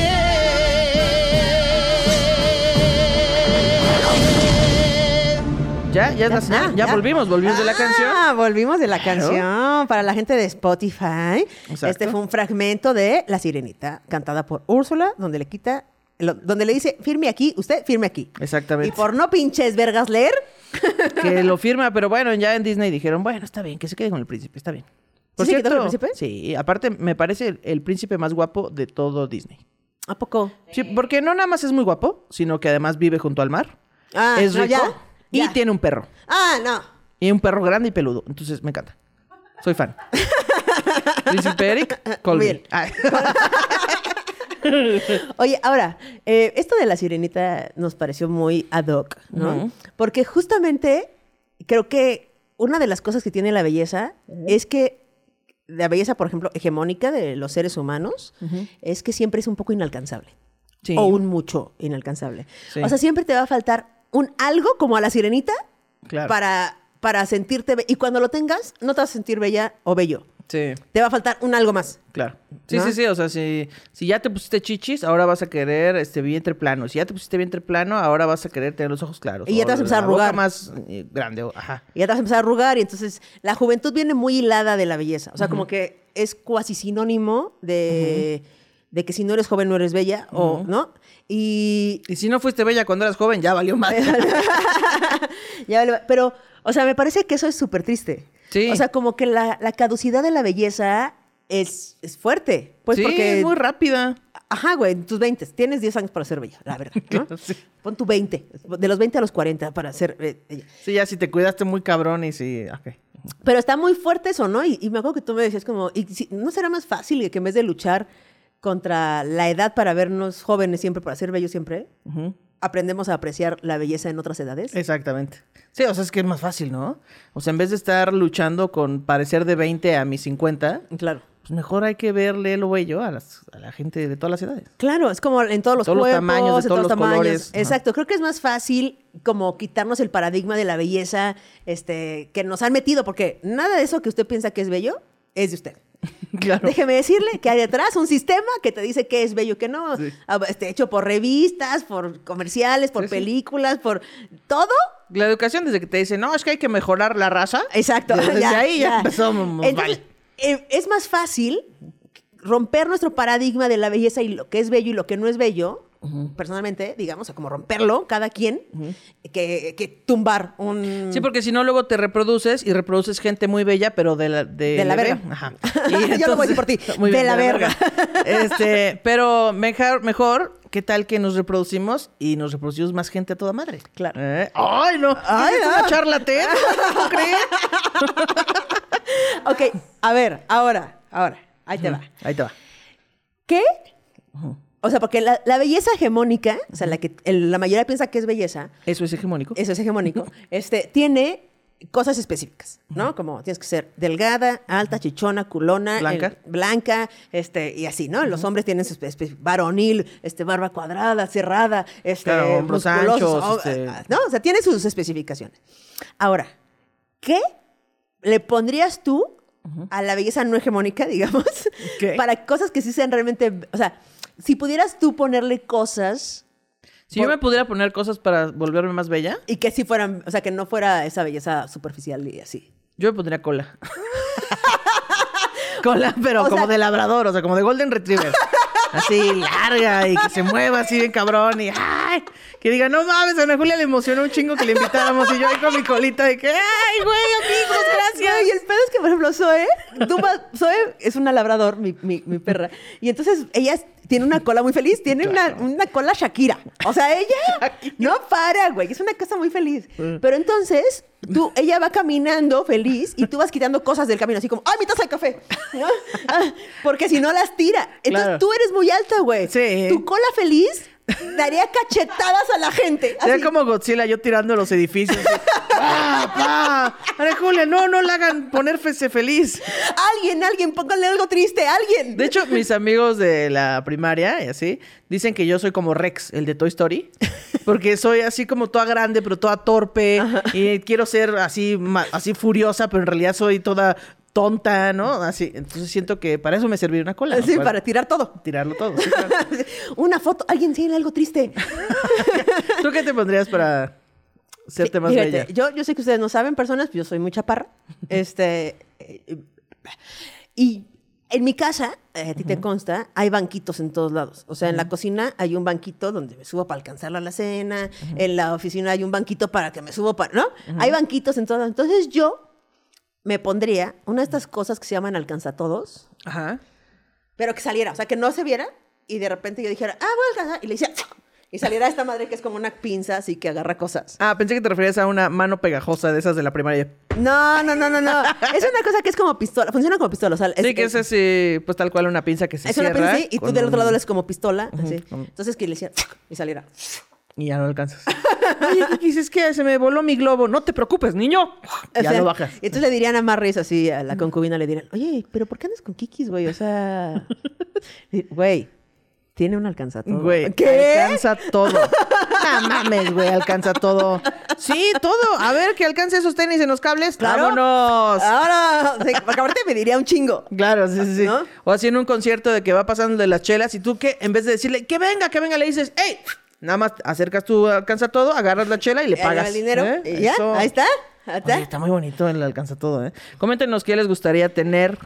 Ya es la señal. Ya volvimos de la canción. Volvimos de la canción. Para la gente de Spotify. Exacto. Este fue un fragmento de La Sirenita, cantada por Úrsula, donde le dice, firme aquí, usted firme aquí. Exactamente. Y por no pinches vergas leer. Que lo firma, pero bueno, ya en Disney dijeron, bueno, está bien, que se quede con el príncipe, está bien. Por ¿Sí se cierto, quedó con el príncipe? Sí, aparte me parece el príncipe más guapo de todo Disney. ¿A poco? Sí, porque no nada más es muy guapo, sino que además vive junto al mar. Es rico. Ya. Y tiene un perro. No. Y un perro grande y peludo. Entonces, me encanta. Soy fan. Príncipe Eric, Colby. Oye, ahora, esto de La Sirenita nos pareció muy ad hoc, ¿no? Uh-huh. Porque justamente creo que una de las cosas que tiene la belleza es que la belleza, por ejemplo, hegemónica de los seres humanos, es que siempre es un poco inalcanzable. Sí. O un mucho inalcanzable. Sí. O sea, siempre te va a faltar un algo como a la sirenita Claro. para sentirte... Y cuando lo tengas, no te vas a sentir bella o bello. Sí, Te va a faltar un algo más. claro. Sí, ¿No? sí. O sea, si ya te pusiste chichis, ahora vas a querer vientre plano. Si ya te pusiste vientre plano, ahora vas a querer tener los ojos claros. Y ya te vas a empezar a la boca arrugar. más grande. Ajá. Y ya te vas a empezar a arrugar y entonces la juventud viene muy hilada de la belleza. O sea, como que es cuasi sinónimo de que si no eres joven no eres bella, o ¿no? Y si no fuiste bella cuando eras joven, ya valió más. pero, o sea, me parece que eso es súper triste. Sí. O sea, como que la caducidad de la belleza es fuerte. Pues sí, porque... es muy rápida. Ajá, güey, en tus 20. Tienes 10 años para ser bella, la verdad, ¿no? Sí. Pon tu 20. De los 20 a los 40 para ser bella. Sí, ya si te cuidaste muy cabrón y sí, ok. Pero está muy fuerte eso, ¿no? Y me acuerdo que tú me decías como, ¿no será más fácil que en vez de luchar contra la edad para vernos jóvenes siempre, para ser bellos siempre, aprendemos a apreciar la belleza en otras edades? Exactamente. Sí, o sea, es que es más fácil, ¿no? O sea, en vez de estar luchando con parecer de 20 a mis 50, Claro. pues mejor hay que verle lo bello a la gente de todas las edades. Claro, es como en todos los Todos los cuerpos, tamaños, de en todos los tamaños. colores. Ajá. Exacto, creo que es más fácil como quitarnos el paradigma de la belleza que nos han metido, porque nada de eso que usted piensa que es bello es de usted. Claro. Déjeme decirle que hay detrás un sistema que te dice qué es bello, qué no. Sí. Hecho por revistas, por comerciales, por Sí, sí. películas, por todo. La educación desde que te dicen, no, es que hay que mejorar la raza. Exacto. Desde ahí ya empezamos Entonces, mal. es más fácil romper nuestro paradigma de la belleza y lo que es bello y lo que no es bello, personalmente, digamos, o sea, como romperlo, cada quien, que tumbar un... Sí, porque si no, luego te reproduces y reproduces gente muy bella, pero de la verga. Ajá. Yo lo voy a decir por ti. Muy De bien, la verga. Pero mejor, ¿qué tal que nos reproducimos y nos reproducimos más gente a toda madre? Claro. ¡Ay, no! Ay, ¿Es no. una charlatán? ¿No crees? Ok, a ver, ahora, ahí te va. Ahí te va. ¿Qué? O sea, porque la belleza hegemónica, o sea, la que la mayoría piensa que es belleza, Eso es hegemónico. eso es hegemónico, tiene cosas específicas, ¿no? Como tienes que ser delgada, alta, chichona, culona, Blanca. blanca, y así, ¿no? Los hombres tienen su varonil, barba cuadrada, cerrada, Claro, hombros musculosos, anchos, ¿no? O sea, tiene sus especificaciones. Ahora, ¿qué le pondrías tú a la belleza no hegemónica, digamos, ¿Qué? para cosas que sí sean realmente, o sea, si pudieras tú ponerle cosas Si yo me pudiera poner cosas para volverme más bella, y que sí fueran, o sea, que no fuera esa belleza superficial y así. yo me pondría cola. Cola, pero O como sea- de labrador, o sea, como de golden retriever. Así, larga y que se mueva así bien cabrón y ¡ay! Que diga, no mames, a Ana Julia le emocionó un chingo que le invitáramos y yo ahí con mi colita de que ¡ay, güey, amigos, gracias! Y el pedo es que, por ejemplo, Zoe es una labrador, mi perra. Y entonces ella tiene una cola muy feliz, tiene una cola Shakira. O sea, ella no para, güey. Es una cosa muy feliz. Pero entonces, ella va caminando feliz y tú vas quitando cosas del camino, así como, ¡ay, mi taza de café! ¿No? Porque si no las tira. Entonces Claro. tú eres muy alta, güey. Sí. Tu cola feliz daría cachetadas a la gente. Sería así. como Godzilla yo tirando los edificios. Así, ¡pa! Ana Julia, no la hagan ponerse feliz. Alguien, pónganle algo triste, alguien. De hecho, mis amigos de la primaria y así dicen que yo soy como Rex, el de Toy Story, porque soy así como toda grande, pero toda torpe y quiero ser así furiosa, pero en realidad soy toda tonta, ¿no? Así, entonces siento que para eso me serviría una cola. Sí, ¿no? para tirar todo. Tirarlo todo. Sí, claro. Una foto, alguien tiene algo triste. ¿Tú qué te pondrías para serte más Fíjate, bella? yo sé que ustedes no saben, personas, yo soy muy chaparra. Y en mi casa, a ti te consta, hay banquitos en todos lados. O sea, en la cocina hay un banquito donde me subo para alcanzar la alacena. En la oficina hay un banquito para que me subo para, ¿no? Hay banquitos en todos lados. Entonces yo me pondría una de estas cosas que se llaman alcanzatodos, Ajá. pero que saliera, o sea, que no se viera y de repente yo dijera, voy a alcanzar, y le decía, y saliera esta madre que es como una pinza así que agarra cosas. Ah, pensé que te referías a una mano pegajosa de esas de la primaria. No. Es una cosa que es como pistola, funciona como pistola. O sea, Sí, que es así, pues tal cual una pinza que se es una cierra. pinza sí, y tú con del otro un- lado es como pistola. Así. Ujú. Entonces que le decía, y saliera. Y ya no alcanzas. Oye, Kikis, es que se me voló mi globo. No te preocupes, niño. O Ya sea, lo bajas. Y entonces le dirían a Marris así, a la concubina le dirían, oye, ¿pero por qué andas con Kikis, güey? O sea, güey, tiene un alcanzatodo. Güey, ¿Qué? alcanza todo. No mames, güey, alcanza todo. Sí, todo. A ver, que alcance esos tenis en los cables. Claro. ¡Vámonos! Ahora, sí, porque aparte me diría un chingo. Claro, sí. ¿No? O así en un concierto de que va pasando de las chelas y tú que en vez de decirle que venga, le dices, ¡ey! Nada más acercas tu alcanza todo, agarras la chela y le Agarra pagas. el dinero. ¿Eh? Y ya, Eso. ahí está. Ahí está. Oye, está muy bonito el alcanza todo, ¿eh? Coméntenos qué les gustaría tener,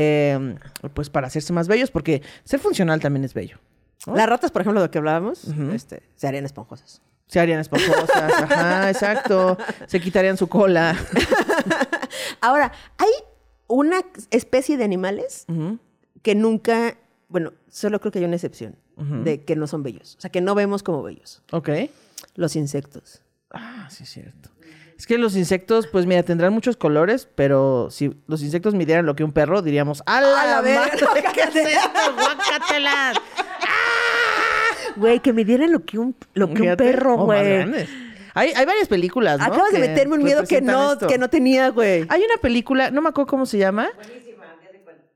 pues, para hacerse más bellos, porque ser funcional también es bello. ¿no? Las ratas, por ejemplo, de lo que hablábamos, se harían esponjosas. Se harían esponjosas, ajá, exacto. Se quitarían su cola. Ahora, hay una especie de animales que nunca, bueno, solo creo que hay una excepción, de que no son bellos. O sea, que no vemos como bellos. Ok. Los insectos. Ah, sí, es cierto. Es que los insectos, pues mira, tendrán muchos colores, pero si los insectos midieran lo que un perro, diríamos, ¡a la verga, madre! ¿Qué es guácatela! esto? ¡Guácatela! Güey, que me dieran lo que un Fíjate. perro, O más güey. grandes. Hay varias películas, ¿no? Acabas de que meterme un miedo que representan no, esto. que no tenía, güey. Hay una película, no me acuerdo cómo se llama.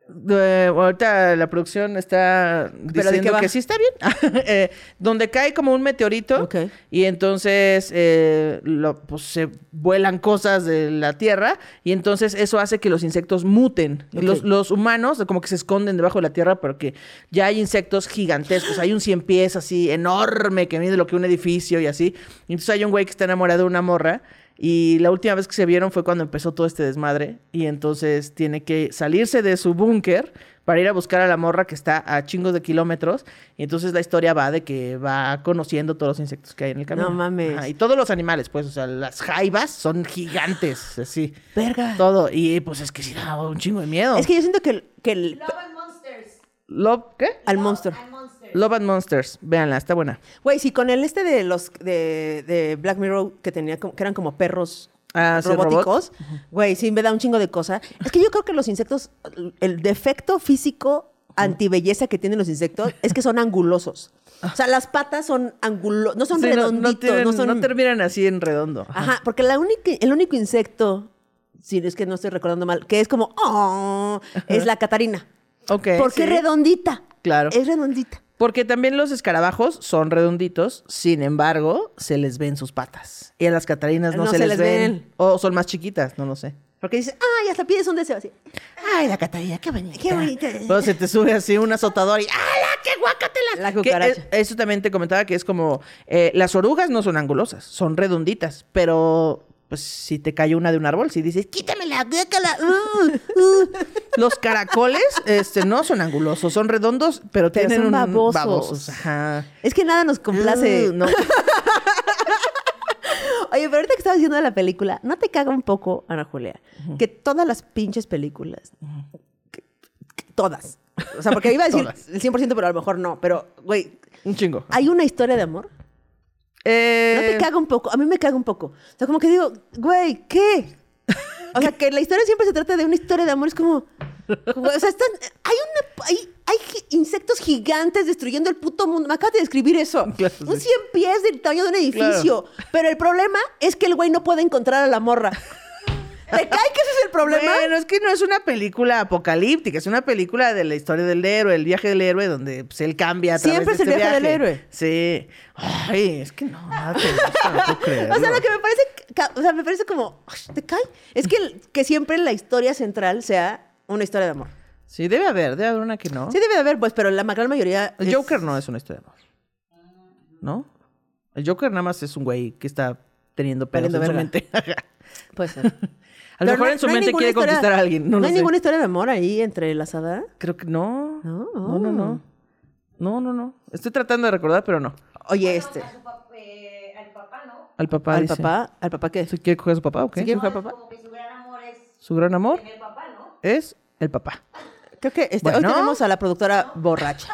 Ahorita la producción está ¿Pero de qué diciendo va? que sí está bien. Donde cae como un meteorito Ok. y entonces pues, se vuelan cosas de la Tierra y entonces eso hace que los insectos muten. Ok. Los humanos como que se esconden debajo de la Tierra porque ya hay insectos gigantescos. Hay un 100 pies así enorme que mide lo que un edificio y así. Y entonces hay un güey que está enamorado de una morra. Y la última vez que se vieron fue cuando empezó todo este desmadre. Y entonces tiene que salirse de su búnker para ir a buscar a la morra que está a chingos de kilómetros. Y entonces la historia va de que va conociendo todos los insectos que hay en el camino. No mames. Ajá, y todos los animales, pues. O sea, las jaivas son gigantes, así. Verga. Todo. Y pues es que sí da un chingo de miedo. Es que yo siento que Love and Monsters. Love, ¿qué? al monstruo. And Monsters. Love and Monsters. Véanla, está buena. Güey, sí, con el de los de Black Mirror que tenía que eran como perros Ah, sí, robóticos, güey, sí me da un chingo de cosa. Es que yo creo que los insectos, el defecto físico antibelleza que tienen los insectos es que son angulosos. O sea, las patas son no son Sí, redonditos, no son... no terminan así en redondo. Ajá, porque el único insecto, si es que no estoy recordando mal, que es como, oh, es la catarina. Ok. Porque sí. es redondita. Claro. Es redondita. Porque también los escarabajos son redonditos, sin embargo, se les ven sus patas. Y a las catarinas no, se les ven. O son más chiquitas, no lo sé. Porque dice, ay, hasta pides un deseo así. Ay, la catarina, qué bonita. Qué bonita. Luego se te sube así un azotador y ¡ala, qué guacatela! La cucaracha. Que, eso también te comentaba que es como... las orugas no son angulosas, son redonditas. Pero, pues, si te cae una de un árbol, si dices, quítame la guácala. Los caracoles, no son angulosos, son redondos, pero Pero tienen son un... babosos. Ajá. Es que nada nos complace. No. Oye, pero ahorita que estabas diciendo de la película, ¿no te caga un poco, Ana Julia, que todas las pinches películas, todas, o sea, porque iba a decir Todas. el 100%, pero a lo mejor no, pero, güey, Un chingo. ¿hay una historia de amor? ¿No te caga un poco? A mí me caga un poco. O sea, como que digo, güey, ¿qué? O sea, que la historia siempre se trata de una historia de amor. Es como... o sea, hay insectos gigantes destruyendo el puto mundo. Me acabas de describir eso. Claro, sí. Un 100 pies del tamaño de un edificio. Pero el problema es que el güey no puede encontrar a la morra. ¿Te cae que ese es el problema? Bueno, es que no es una película apocalíptica, es una película de la historia del héroe, el viaje del héroe, donde pues, él cambia a través Siempre de es el este viaje del héroe. Sí. Ay, es que no, nada te gusta, no puedo creerlo. O sea, lo que me parece... O sea, me parece como... ¿Te cae? Es que siempre la historia central sea una historia de amor. Sí, debe haber una que no. Sí debe de haber, pues, pero la gran mayoría... El Joker no es una historia de amor. ¿No? El Joker nada más es un güey que está teniendo pedos Valiendo en su verga. mente. Puede ser. A lo mejor en su mente quiere conquistar a alguien. No, ¿No lo hay sé. ninguna historia de amor ahí entre las hadas? Creo que no. No. No. Estoy tratando de recordar, pero no. Oye, Al papá, ¿no? Al papá ¿Al dice. papá? ¿Al papá qué? ¿Sí quiere coger a su papá o qué? ¿Sí quiere coger al papá? Como que su gran amor es Su gran amor tener papá, ¿no? es el papá. Creo que hoy Bueno. tenemos a la productora borracha.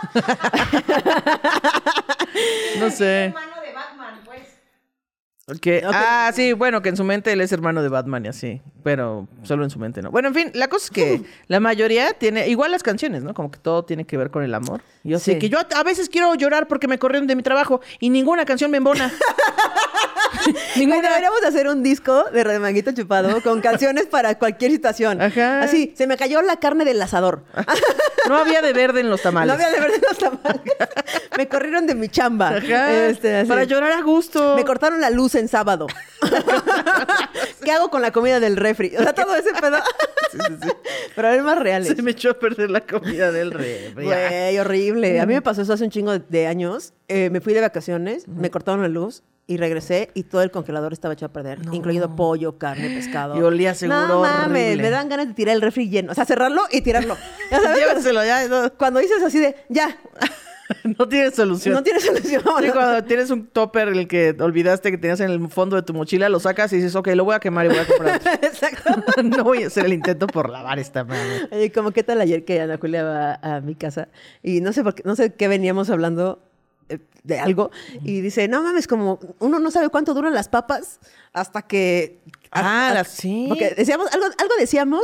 No sé. Hermano de Batman, pues. Que, Ok. Ah, sí, bueno, que en su mente él es hermano de Batman y así, pero solo en su mente no. Bueno, en fin, la cosa es que la mayoría tiene, igual las canciones, ¿no? Como que todo tiene que ver con el amor. Y yo Sí. sé que yo a veces quiero llorar porque me corrieron de mi trabajo y ninguna canción me embona. Güey, deberíamos de hacer un disco de Remanguito Chupado con canciones para cualquier situación. Ajá. Así, se me cayó la carne del asador. No había de verde en los tamales. No había de verde los tamales. Me corrieron de mi chamba. Ajá. Así. Para llorar a gusto. Me cortaron la luz en sábado. ¿Qué hago con la comida del refri? O sea, todo ese pedo. Sí. Pero es más reales. Se me echó a perder la comida del refri. Güey, horrible. A mí me pasó eso hace un chingo de años. Me fui de vacaciones, me cortaron la luz y regresé y todo el congelador estaba hecho a perder, incluyendo pollo, carne, pescado. Y olía seguro No mames, horrible. me dan ganas de tirar el refri lleno. O sea, cerrarlo y tirarlo. Ya sabes, Llévaselo ya. No, cuando dices así de, ya, no tiene solución. no tiene solución. Sí, cuando tienes un topper el que olvidaste que tenías en el fondo de tu mochila, lo sacas y dices, ok, lo voy a quemar y voy a comprar otro. Exacto. No voy a hacer el intento por lavar esta madre. Oye, como qué tal ayer que Ana Julia va a mi casa y no sé por qué, no sé qué veníamos hablando de algo y dice, no mames, como uno no sabe cuánto duran las papas hasta que... Sí. Porque decíamos, algo decíamos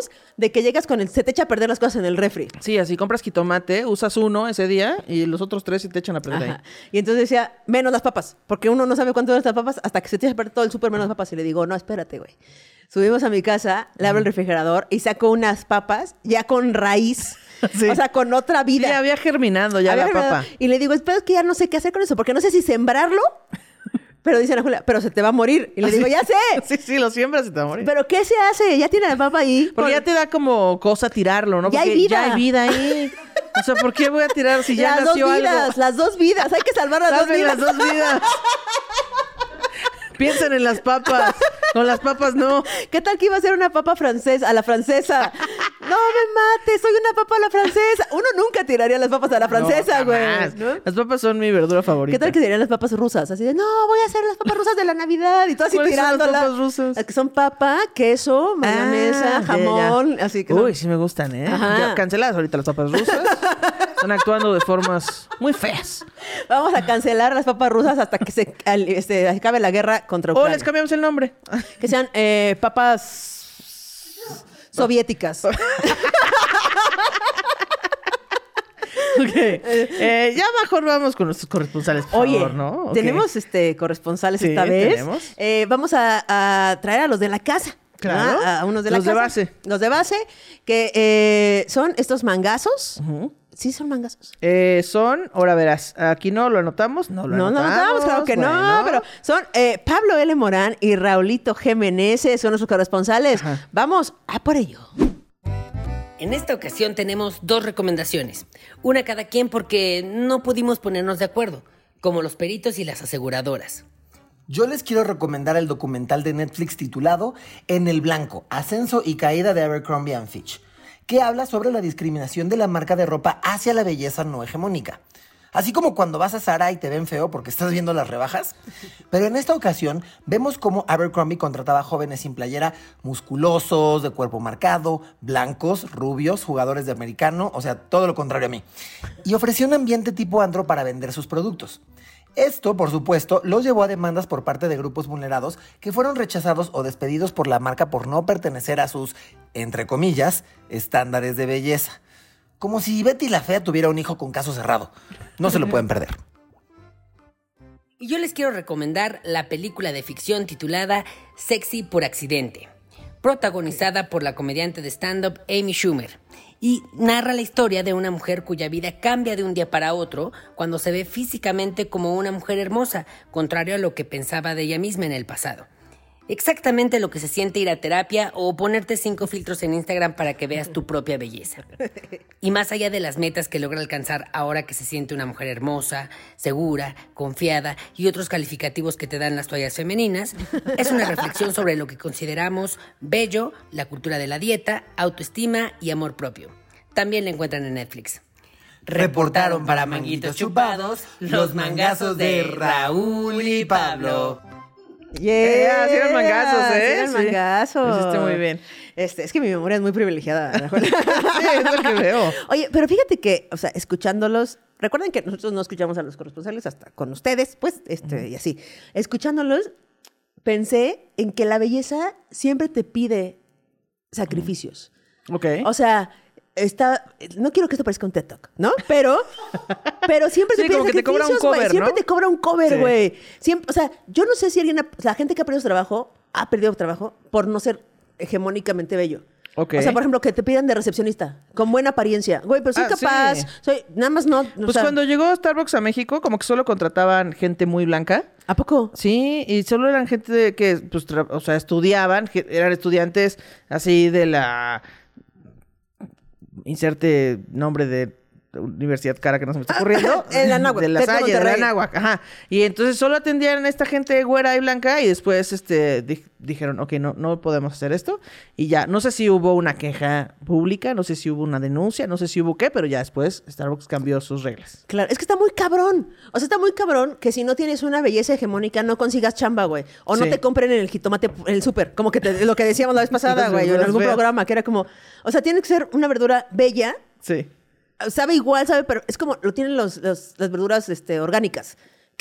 de que llegas con se te echa a perder las cosas en el refri. Sí, así compras jitomate, usas uno ese día y los otros 3 se te echan a perder Ajá. ahí. Y entonces decía, menos las papas, porque uno no sabe cuánto duran las papas hasta que se te echa a perder todo el súper menos las papas. Y le digo, no, espérate, güey. Subimos a mi casa, le abro el refrigerador y saco unas papas ya con raíz. Sí. O sea, con otra vida. Sí, había germinado ya Había la germinado. papa. Y le digo, espero que ya no sé qué hacer con eso, porque no sé si sembrarlo, pero dicen a Julia, pero se te va a morir. Y le digo, ya sé. Sí, lo siembras y te va a morir. ¿Pero qué se hace? Ya tiene la papa ahí. Porque ya te da como cosa tirarlo, ¿no? Ya Porque hay vida. ya hay vida ahí. O sea, ¿por qué voy a tirar si ya las nació dos vidas, algo? las dos vidas. Hay que salvar las dos Salven vidas. las dos vidas. Piensen en las papas. Con las papas no. ¿Qué tal que iba a ser una papa francesa, a la francesa? No me mates, soy una papa a la francesa. Uno nunca tiraría las papas a la francesa, No, güey. jamás. ¿No? Las papas son mi verdura favorita. ¿Qué tal que serían las papas rusas? Así de, no, voy a hacer las papas rusas de la Navidad. Y todo así ¿Cuáles son las tirándolas. papas rusas? Las que son papa, queso, mayonesa, ya, jamón. ya. Así que Uy, sí me gustan, ¿eh? Ajá. Ya canceladas ahorita las papas rusas. Están actuando de formas muy feas. vamos a cancelar las papas rusas hasta que se acabe la guerra contra O Ucrania. les cambiamos el nombre. Que sean papas soviéticas. Ok. Ya mejor vamos con nuestros corresponsales, por Oye, favor, ¿no? Ok. tenemos corresponsales Sí, esta vez. tenemos. Vamos a traer a los de la casa. Claro. ¿no? A unos de la Los de casa. base. Los de base, que son estos mangazos. Sí, son mangazos. Ahora verás, aquí no lo anotamos, No, no, claro que no, Bueno. pero son Pablo L. Morán y Raulito G. Meneses, son nuestros corresponsales. Ajá. Vamos a por ello. En esta ocasión tenemos 2 recomendaciones, una cada quien porque no pudimos ponernos de acuerdo, como los peritos y las aseguradoras. Yo les quiero recomendar el documental de Netflix titulado En el Blanco, Ascenso y Caída de Abercrombie & Fitch, que habla sobre la discriminación de la marca de ropa hacia la belleza no hegemónica. Así como cuando vas a Zara y te ven feo porque estás viendo las rebajas. Pero en esta ocasión vemos cómo Abercrombie contrataba jóvenes sin playera musculosos, de cuerpo marcado, blancos, rubios, jugadores de americano, o sea, todo lo contrario a mí. Y ofreció un ambiente tipo antro para vender sus productos. Esto, por supuesto, los llevó a demandas por parte de grupos vulnerados que fueron rechazados o despedidos por la marca por no pertenecer a sus, entre comillas, estándares de belleza. Como si Betty la Fea tuviera un hijo con caso cerrado. No se lo pueden perder. Y yo les quiero recomendar la película de ficción titulada Sexy por Accidente, protagonizada por la comediante de stand-up Amy Schumer, y narra la historia de una mujer cuya vida cambia de un día para otro cuando se ve físicamente como una mujer hermosa, contrario a lo que pensaba de ella misma en el pasado. Exactamente lo que se siente ir a terapia o ponerte 5 filtros en Instagram para que veas tu propia belleza. Y más allá de las metas que logra alcanzar ahora que se siente una mujer hermosa, segura, confiada y otros calificativos que te dan las toallas femeninas, es una reflexión sobre lo que consideramos bello, la cultura de la dieta, autoestima y amor propio. También la encuentran en Netflix. Reportaron para Manguitos Chupados los mangazos de Raúl y Pablo. Yeah, sí eran mangazos, ¿eh? Sí eran Sí. mangazos. Lo hiciste muy bien. Es que mi memoria es muy privilegiada. Sí, es lo que veo. Oye, pero fíjate que, o sea, escuchándolos, recuerden que nosotros no escuchamos a los corresponsales hasta con ustedes, pues, y así. Escuchándolos, pensé en que la belleza siempre te pide sacrificios. Ok. O sea, no quiero que esto parezca un TED Talk, ¿no? Pero siempre te Sí, pide como que te cobra un sacrificios, güey. cover, Siempre ¿no? te cobra un cover, Sí. güey. Siempre, o sea, yo no sé si la gente que ha perdido su trabajo ha perdido trabajo por no ser hegemónicamente bello. Ok. O sea, por ejemplo, que te pidan de recepcionista, con buena apariencia. Güey, pero soy capaz, sí. nada más no. Pues cuando llegó Starbucks a México, como que solo contrataban gente muy blanca. ¿A poco? Sí, y solo eran gente que, pues, estudiaban, eran estudiantes así de la... Inserte nombre de universidad cara que no se me está ocurriendo. En la Anáhuac, De la Tec de Salle, de la Monterrey. Anáhuac, ajá. Y entonces solo atendían a esta gente güera y blanca y después dijeron, ok, no podemos hacer esto. Y ya, no sé si hubo una queja pública, no sé si hubo una denuncia, no sé si hubo qué, pero ya después Starbucks cambió sus reglas. Claro, es que está muy cabrón. O sea, está muy cabrón que si no tienes una belleza hegemónica no consigas chamba, güey. O no Sí. te compren en el jitomate, en el súper. Como que lo que decíamos la vez pasada, Las güey. O en verduras algún feas. programa que era como... O sea, tiene que ser una verdura bella. Sí. Sabe igual, pero es como lo tienen las verduras orgánicas.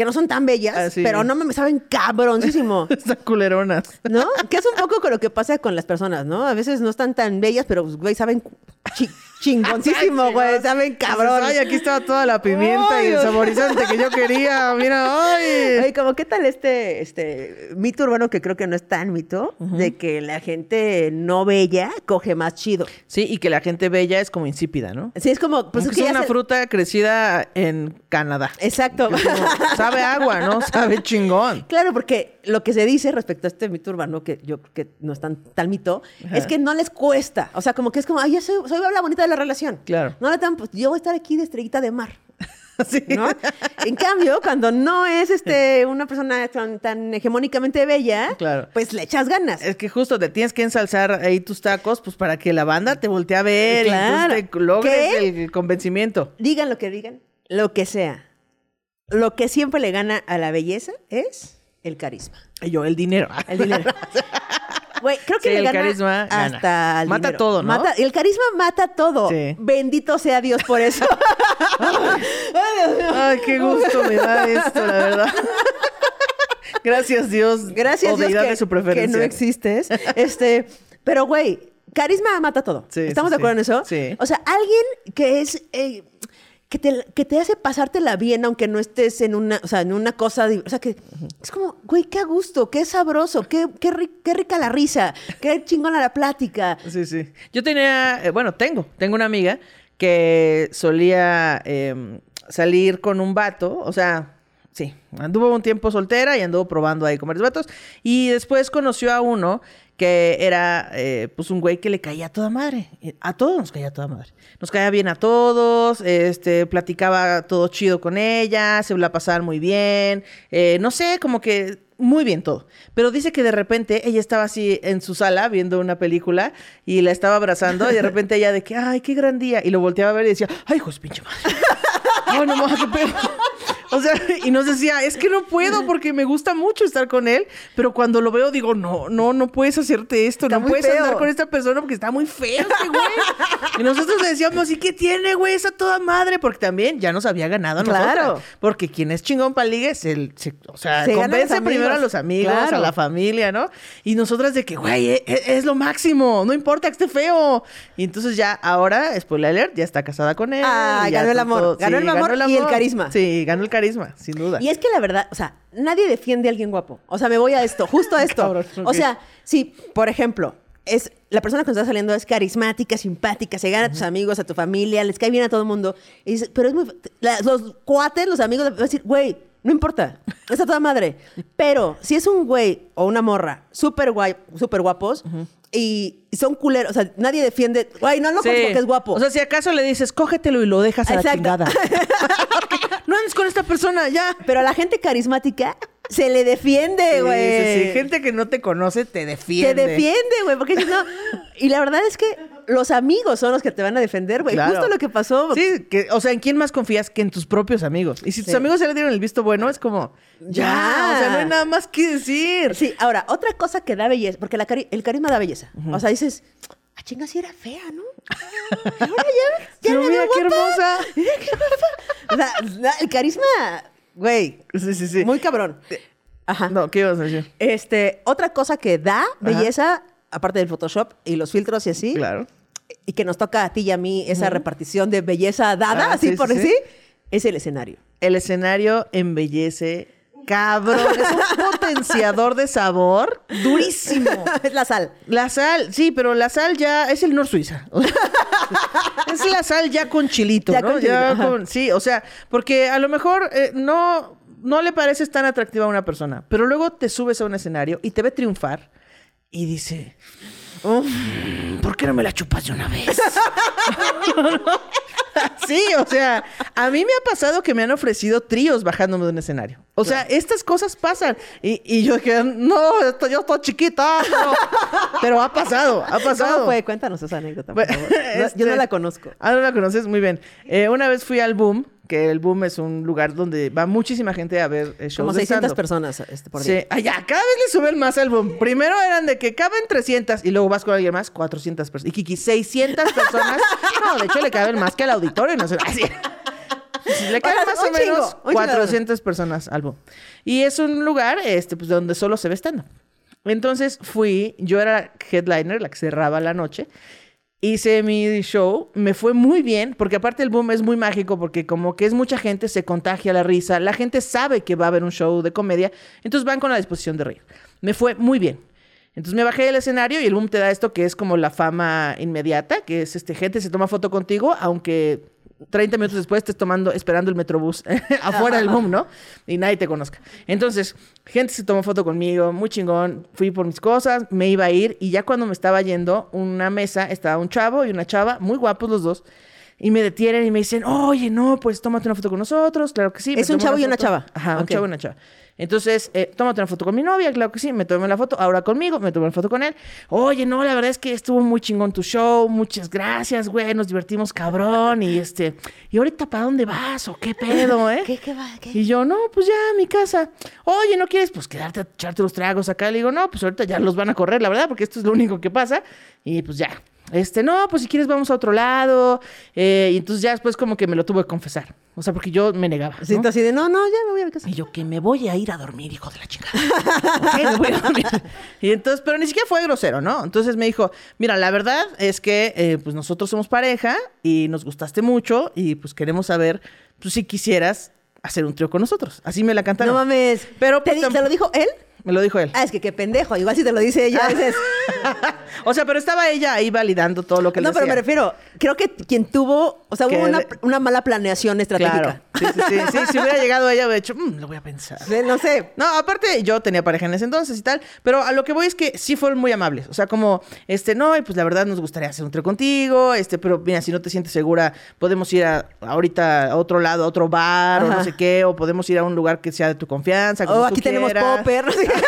que no son tan bellas, Ah, sí. pero no me saben cabroncísimo. Están culeronas. ¿No? Que es un poco con lo que pasa con las personas, ¿no? A veces no están tan bellas, pero, pues, güey, saben chingoncísimo, güey. Saben cabrón. Ay, aquí estaba toda la pimienta y el saborizante que yo quería. Mira, ay. Oye, como qué tal este mito urbano que creo que no es tan mito, de que la gente no bella coge más chido. Sí, y que la gente bella es como insípida, ¿no? Sí, es como, pues Aunque es que es ya una se- fruta crecida en Canadá. Exacto. Que es como, sabe agua, ¿no? Sabe chingón. Claro, porque lo que se dice respecto a este mito urbano, que yo creo que no es tan mito, es que no les cuesta. O sea, como que es como, ay, yo soy la bonita de la relación. Claro. No le dan, pues yo voy a estar aquí de estrellita de mar. Sí. ¿No? En cambio, cuando no es una persona tan hegemónicamente bella, Claro. pues le echas ganas. Es que justo te tienes que ensalzar ahí tus tacos, pues para que la banda te voltee a ver Claro. y entonces te logres ¿Qué? el convencimiento. Digan lo que digan, lo que sea. Lo que siempre le gana a la belleza es el carisma. Y yo, el dinero. El dinero. Güey, creo que Sí, le el gana carisma gana. hasta el Mata dinero. todo, ¿no? El carisma mata todo. Sí. Bendito sea Dios por eso. Ay, Dios mío. Ay, qué gusto me da esto, la verdad. Gracias, Dios. Gracias o Dios deidad que, de su preferencia. que no existes. Pero güey, carisma mata todo. Sí, ¿Estamos sí, de acuerdo sí. en eso? Sí. O sea, alguien que es que te hace pasártela bien aunque no estés en una cosa, o sea, que es como, güey, qué a gusto, qué sabroso, qué rica la risa, qué chingona la plática. Sí, sí. Yo tenía, tengo una amiga que solía salir con un vato, o sea, sí, anduvo un tiempo soltera y anduvo probando ahí con varios vatos, y después conoció a uno que era, pues, un güey que le caía a toda madre. A todos nos caía a toda madre. Nos caía bien a todos, platicaba todo chido con ella, se la pasaban muy bien, no sé, como que muy bien todo. Pero dice que de repente ella estaba así en su sala viendo una película y la estaba abrazando y de repente ella de que, ay, qué gran día. Y lo volteaba a ver y decía, ay, hijo de su pinche madre. Ay, no mames, qué pedo. O sea, y nos decía, es que no puedo porque me gusta mucho estar con él, pero cuando lo veo digo, no puedes hacerte esto, Está no muy puedes feo. andar con esta persona porque está muy feo este güey. Y nosotros le decíamos, ¿y qué tiene, güey? Esa toda madre, porque también ya nos había ganado a Claro. nosotras. Porque quien es chingón para ligue, o sea, Se gana a los convence amigos. primero a los amigos, Claro. a la familia, ¿no? Y nosotras de que, güey, es lo máximo, no importa que esté feo. Y entonces ya ahora, spoiler alert, ya está casada con él. Ah, y ya ganó el todo- amor. Ganó el amor y el carisma. Sí, ganó el carisma, sin duda. Y es que la verdad, o sea, nadie defiende a alguien guapo. O sea, me voy a esto, justo a esto. Cabrón, ok. O sea, si, por ejemplo, la persona que está saliendo es carismática, simpática, se gana a tus amigos, a tu familia, les cae bien a todo el mundo. Y dices, pero es muy... los cuates, los amigos, van a decir, güey, no importa, está toda madre. Pero si es un güey o una morra súper guapos y son culeros, o sea, nadie defiende, güey, no lo conozco porque es guapo. O sea, si acaso le dices, cógetelo y lo dejas a la Exacto. chingada. No andes con esta persona, ya. Pero a la gente carismática se le defiende, güey. Sí, sí. Gente que no te conoce te defiende. Te defiende, güey, porque si no... Y la verdad es que los amigos son los que te van a defender, güey. Claro. Justo lo que pasó. Sí, o sea, ¿en quién más confías que en tus propios amigos? Y si tus Sí. amigos ya le dieron el visto bueno, es como, ya, o sea, no hay nada más que decir. Sí, ahora, otra cosa que da belleza, porque el carisma da belleza. O sea, dices, ah, chinga, sí era fea, ¿no? Ahora ya Pero la mira veo qué guapa. hermosa. Mira qué guapa. O sea, el carisma, güey, Sí, sí, sí. muy cabrón. Ajá. No, ¿qué ibas a decir? Otra cosa que da belleza, aparte del Photoshop y los filtros y así, Claro. y que nos toca a ti y a mí esa repartición de belleza dada, Ah, así sí, por sí, decir, sí. es el escenario. El escenario embellece, cabrón. Es un potenciador de sabor durísimo. Es la sal. La sal, sí, pero la sal ya es el Nor Suiza. Es la sal ya con chilito, Ya ¿no? con chilito, ajá. Sí, o sea, porque a lo mejor no le pareces tan atractiva a una persona, pero luego te subes a un escenario y te ve triunfar y dice, ¿por qué no me la chupas de una vez? Sí, o sea, a mí me ha pasado que me han ofrecido tríos bajándome de un escenario. O sea, estas cosas pasan. Y yo dije, no, yo estoy chiquita. Pero ha pasado, ha pasado. ¿Cómo fue? Cuéntanos esa anécdota, por favor. Este- Yo no la conozco. Ah, no la conoces, muy bien. Una vez fui al Boom, que el Boom es un lugar donde va muchísima gente a ver shows Como de 600 stand-up. personas por Sí, día. allá, cada vez le suben más al Boom. Primero eran de que caben 300 y luego vas con alguien más, 400 personas. Y Kiki, 600 personas. No, de hecho le caben más que al auditorio. No sé, así. Le caen O sea, más o un chingo, menos un chingo. 400 personas al boom. Y es un lugar, pues, donde solo se ve stand-up. Entonces fui, yo era headliner, la que cerraba la noche. Hice mi show, me fue muy bien, porque aparte el boom es muy mágico, porque como que es mucha gente, se contagia la risa, la gente sabe que va a haber un show de comedia, entonces van con la disposición de reír. Me fue muy bien. Entonces me bajé del escenario y el boom te da esto que es como la fama inmediata, que es gente se toma foto contigo, aunque 30 minutos después estés esperando el metrobús afuera del boom, ¿no? Y nadie te conozca. Entonces, gente se tomó foto conmigo, muy chingón. Fui por mis cosas, me iba a ir y ya cuando me estaba yendo, una mesa, estaba un chavo y una chava, muy guapos los dos. Y me detienen y me dicen, oye, no, pues tómate una foto con nosotros. Claro que sí. ¿Es Me un tomo chavo y una foto. chava? Ajá, un Ok. chavo y una chava. Entonces, tómate una foto con mi novia, claro que sí, me tomé la foto, ahora conmigo, me tomé una foto con él. Oye, no, la verdad es que estuvo muy chingón tu show, muchas gracias, güey, nos divertimos cabrón, y ¿y ahorita para dónde vas o qué pedo, eh? ¿Qué va? ¿Qué? Y yo, no, pues ya, a mi casa. Oye, ¿no quieres, pues, quedarte a echarte los tragos acá? Le digo, no, pues ahorita ya los van a correr, la verdad, porque esto es lo único que pasa, y pues ya. No, pues si quieres vamos a otro lado. Y entonces ya después como que me lo tuve que confesar. O sea, porque yo me negaba, ¿no? Sí, así de, no, ya me voy a mi casa. Y yo, que me voy a ir a dormir, hijo de la chica. Ok, me voy a dormir. Y entonces, pero ni siquiera fue grosero, ¿no? Entonces me dijo, mira, la verdad es que pues nosotros somos pareja y nos gustaste mucho y pues queremos saber, pues si quisieras hacer un trío con nosotros. Así me la cantaron. No mames. Pero ¿Te, pues, ¿te lo dijo él? me lo dijo él. Ah, es que qué pendejo. Igual si te lo dice ella, dices... O sea, pero estaba ella ahí validando todo lo que él No, pero decía. me refiero, creo que quien tuvo, o sea, Que hubo le- una mala planeación estratégica. Claro. Sí, si hubiera llegado ella, hubiera dicho, lo voy a pensar. No sé. No, aparte yo tenía pareja en ese entonces y tal, pero a lo que voy es que sí fueron muy amables. O sea, como, no, y pues la verdad nos gustaría hacer un trío contigo, pero mira, si no te sientes segura, podemos ir ahorita a otro lado, a otro bar, o Ajá. no sé qué, o podemos ir a un lugar que sea de tu confianza. como Oh, tú aquí tenemos quieras. popper.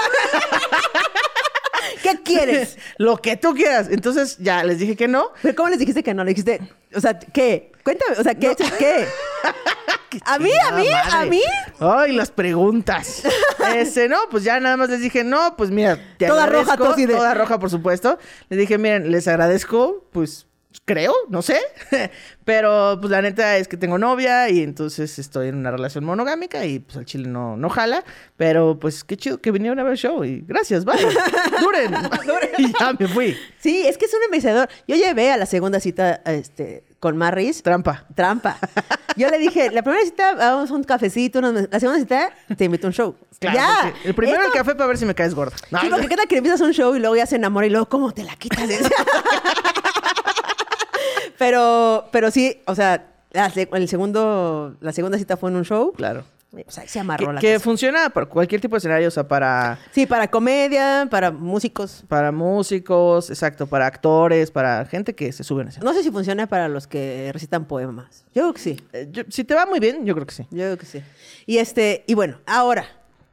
¿Qué quieres? Lo que tú quieras. Entonces ya les dije que no. ¿Pero cómo les dijiste que no? Le dijiste, o sea, ¿qué? Cuéntame, o sea, ¿qué? ¿Qué? ¿A mí? Madre. Ay, las preguntas. No, pues ya nada más les dije, no, pues mira, te Toda agradezco. roja, tú así de- Toda roja, por supuesto. Les dije, miren, les agradezco, pues creo, no sé. Pero pues la neta es que tengo novia y entonces estoy en una relación monogámica y pues al chile no jala. Pero pues qué chido que vinieron a ver el show y gracias, bye. Duren. Y ya me fui. Sí, es que es un embellecedor. Yo llevé a la segunda cita con Marris. Trampa. Trampa. Yo le dije, la primera cita vamos a un cafecito, la segunda cita te invito a un show. Claro, ya. porque el primero Esto- el café para ver si me caes gorda. No, Sí, porque qué tal que empiezas un show y luego ya se enamora y luego cómo te la quitas. pero sí, o sea, la segunda cita fue en un show. Claro. O sea, se amarró la Que cosa. funciona para cualquier tipo de escenario, o sea, Sí, para comedia, para músicos. para músicos, exacto, para actores, para gente que se sube en escenario. No sé si funciona para los que recitan poemas. Yo creo que sí. Si te va muy bien, yo creo que sí. Yo creo que sí. Y bueno, ahora.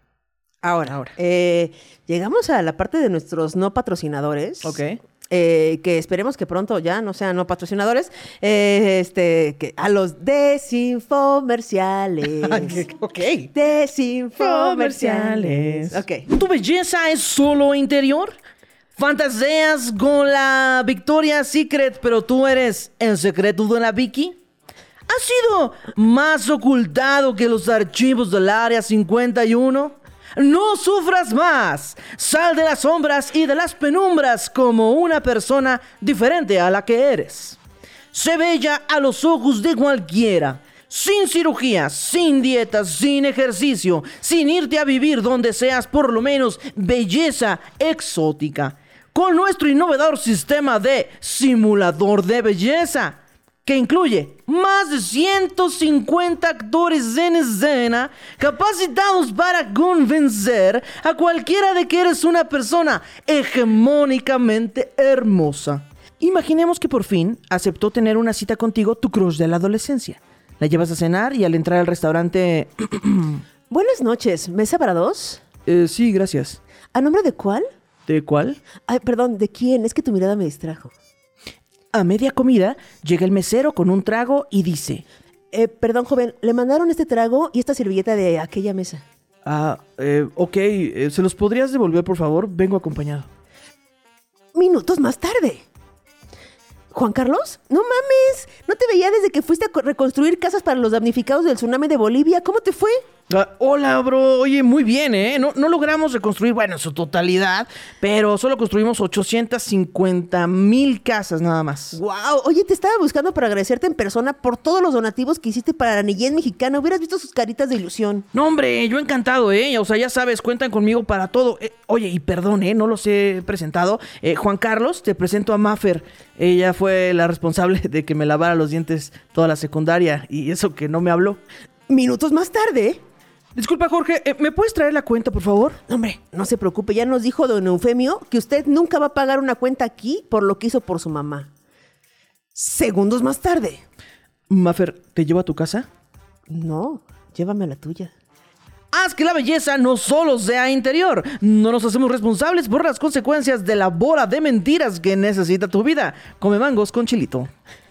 Llegamos a la parte de nuestros no patrocinadores. Ok. Que esperemos que pronto ya no sean no patrocinadores. Que a los desinfomerciales. Ok. Desinfomerciales. Ok. ¿Tu belleza es solo interior? ¿Fantaseas con la Victoria's Secret, pero tú eres el secreto de la Vicky? ¿Has sido más ocultado que los archivos del Área 51? No sufras más. Sal de las sombras y de las penumbras como una persona diferente a la que eres. Sé bella a los ojos de cualquiera. Sin cirugía, sin dieta, sin ejercicio, sin irte a vivir donde seas por lo menos belleza exótica. Con nuestro innovador sistema de simulador de belleza, que incluye más de 150 actores en escena capacitados para convencer a cualquiera de que eres una persona hegemónicamente hermosa. Imaginemos que por fin aceptó tener una cita contigo tu crush de la adolescencia. La llevas a cenar y al entrar al restaurante... Buenas noches. ¿Mesa para dos? Sí, gracias. ¿A nombre de cuál? ¿De cuál? Ay, perdón, ¿de quién? Es que tu mirada me distrajo. A media comida, llega el mesero con un trago y dice... Perdón, joven, le mandaron este trago y esta servilleta de aquella mesa. Ok, ¿se los podrías devolver, por favor? Vengo acompañado. Minutos más tarde. ¿Juan Carlos? No mames, no te veía desde que fuiste a reconstruir casas para los damnificados del tsunami de Bolivia. ¿Cómo te fue? Hola, bro. Oye, muy bien, ¿eh? No logramos reconstruir, bueno, en su totalidad, pero solo construimos 850,000 casas nada más. Wow, oye, te estaba buscando para agradecerte en persona por todos los donativos que hiciste para la niñez mexicana. Hubieras visto sus caritas de ilusión. No, hombre, yo encantado, ¿eh? O sea, ya sabes, cuentan conmigo para todo. Oye, y perdón, no los he presentado. Juan Carlos, te presento a Maffer. Ella fue la responsable de que me lavara los dientes toda la secundaria y eso que no me habló. Minutos más tarde... Disculpa, Jorge, ¿me puedes traer la cuenta, por favor? Hombre, no se preocupe, ya nos dijo don Eufemio que usted nunca va a pagar una cuenta aquí por lo que hizo por su mamá. Segundos más tarde. Maffer, ¿te llevo a tu casa? No, llévame a la tuya. Haz que la belleza no solo sea interior. No nos hacemos responsables por las consecuencias de la bola de mentiras que necesita tu vida. Come mangos con chilito.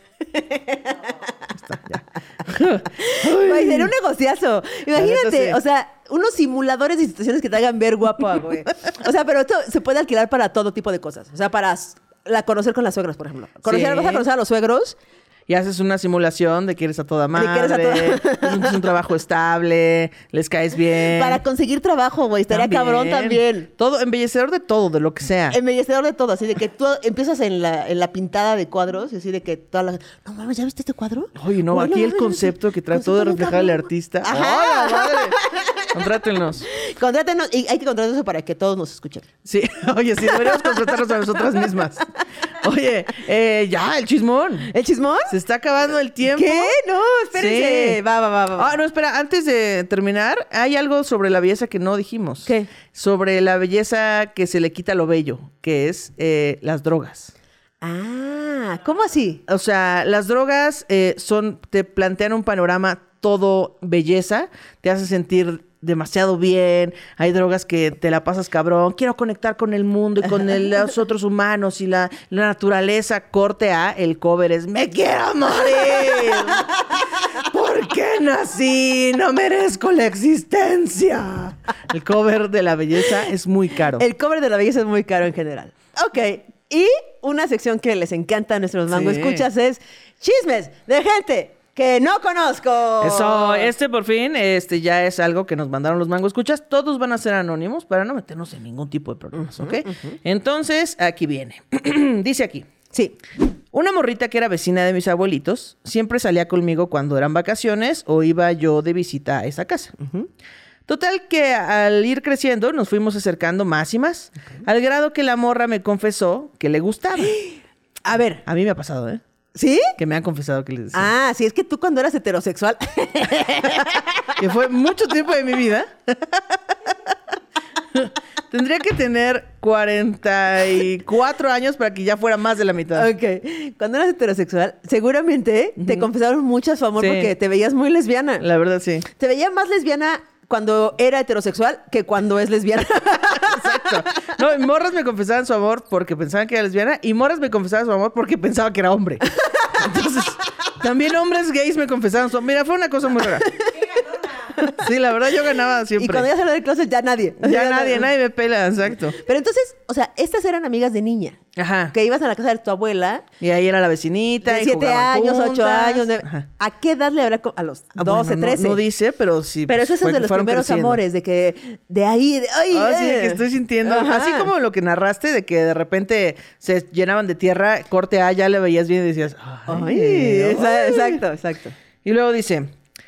Güey, sería un negociazo. Imagínate, o sea, unos simuladores de situaciones que te hagan ver guapa, güey. O sea, pero esto se puede alquilar para todo tipo de cosas. O sea, para conocer con las suegras, por ejemplo. Vas a conocer a los suegros. Y haces una simulación de que eres a toda madre, tienes un trabajo estable, les caes bien. Para conseguir trabajo, güey, estaría cabrón también. Todo, embellecedor de todo, de lo que sea. Embellecedor de todo, así de que tú empiezas en la pintada de cuadros, así de que todas las... No mames, ¿ya viste este cuadro? Oye, no, aquí el concepto que trató de reflejar el artista. ¡Hola, madre! Contrátenos. Contrátenos, y hay que contratarnos para que todos nos escuchen. Sí, oye, sí, deberíamos contratarnos a nosotras mismas. Oye, ya, el chismón. ¿El chismón? Se está acabando el tiempo. ¿Qué? No, espérense. Sí. Va. Ah, no, espera, antes de terminar, hay algo sobre la belleza que no dijimos. ¿Qué? Sobre la belleza que se le quita lo bello, que es las drogas. Ah, ¿cómo así? O sea, las drogas te plantean un panorama todo belleza, te hace sentir demasiado bien, hay drogas que te la pasas cabrón, quiero conectar con el mundo y con los otros humanos y la naturaleza, corte a, el cover es ¡me quiero morir! ¿Por qué nací? No merezco la existencia. El cover de la belleza es muy caro. El cover de la belleza es muy caro en general. Ok, y una sección que les encanta a nuestros mango escuchas es chismes de gente que no conozco. Eso, por fin, ya es algo que nos mandaron los mango escuchas. Todos van a ser anónimos para no meternos en ningún tipo de problemas, ¿ok? Entonces, aquí viene. Dice aquí. Sí. Una morrita que era vecina de mis abuelitos siempre salía conmigo cuando eran vacaciones o iba yo de visita a esa casa. Total que al ir creciendo nos fuimos acercando más y más, al grado que la morra me confesó que le gustaba. A ver. A mí me ha pasado, ¿eh? ¿Sí? Que me han confesado que les decía. Ah, sí, es que tú cuando eras heterosexual. Que fue mucho tiempo de mi vida. Tendría que tener 44 años para que ya fuera más de la mitad. Ok. Cuando eras heterosexual, seguramente te confesaron mucho a su amor porque te veías muy lesbiana. La verdad, sí. Te veía más lesbiana cuando era heterosexual que cuando es lesbiana. Exacto. No, morras me confesaban su amor porque pensaban que era lesbiana y morras me confesaban su amor porque pensaba que era hombre. Entonces, también hombres gays me confesaban su amor. Mira, fue una cosa muy rara. Sí, la verdad yo ganaba siempre. Y cuando ya salí del closet ya nadie. Ya nadie me pela, exacto. Pero entonces, o sea, estas eran amigas de niña. Ajá. Que ibas a la casa de tu abuela. Y ahí era la vecinita. De y 7 años, juntas. 8 años. ¿A qué edad le habrá? A los 12, bueno, 13. No dice, pero sí. Pero eso es de los primeros creciendo. amores, de que de ahí. Sí, de que estoy sintiendo. Ajá. Así como lo que narraste, de que de repente se llenaban de tierra, corte A, ya le veías bien y decías, Exacto. Y luego dice,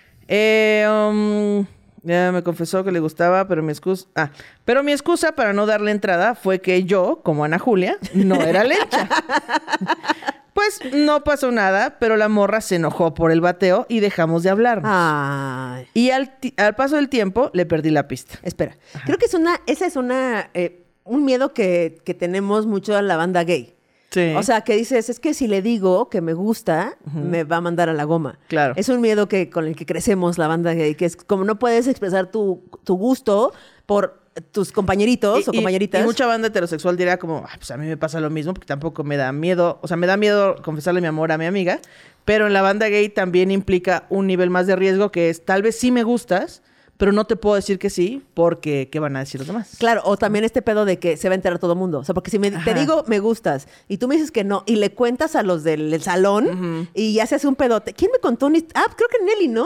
ya me confesó que le gustaba, pero mi excusa para no darle entrada fue que yo, como Ana Julia, no era lencha. Pues no pasó nada, pero la morra se enojó por el bateo y dejamos de hablarnos. Ay. Y al paso del tiempo le perdí la pista. Espera, creo que esa es un miedo que tenemos mucho en la banda gay. Sí. O sea, que dices, es que si le digo que me gusta, me va a mandar a la goma. Claro. Es un miedo con el que crecemos la banda gay, que es como no puedes expresar tu gusto por tus compañeritos o compañeritas. Y mucha banda heterosexual dirá como, pues a mí me pasa lo mismo porque tampoco me da miedo. O sea, me da miedo confesarle mi amor a mi amiga. Pero en la banda gay también implica un nivel más de riesgo que es, tal vez sí me gustas, pero no te puedo decir que sí porque ¿qué van a decir los demás? Claro, o también este pedo de que se va a enterar todo el mundo. O sea, porque si te digo me gustas y tú me dices que no y le cuentas a los del salón y ya se hace un pedote. ¿Quién me contó una historia? Ah, creo que Nelly, ¿no?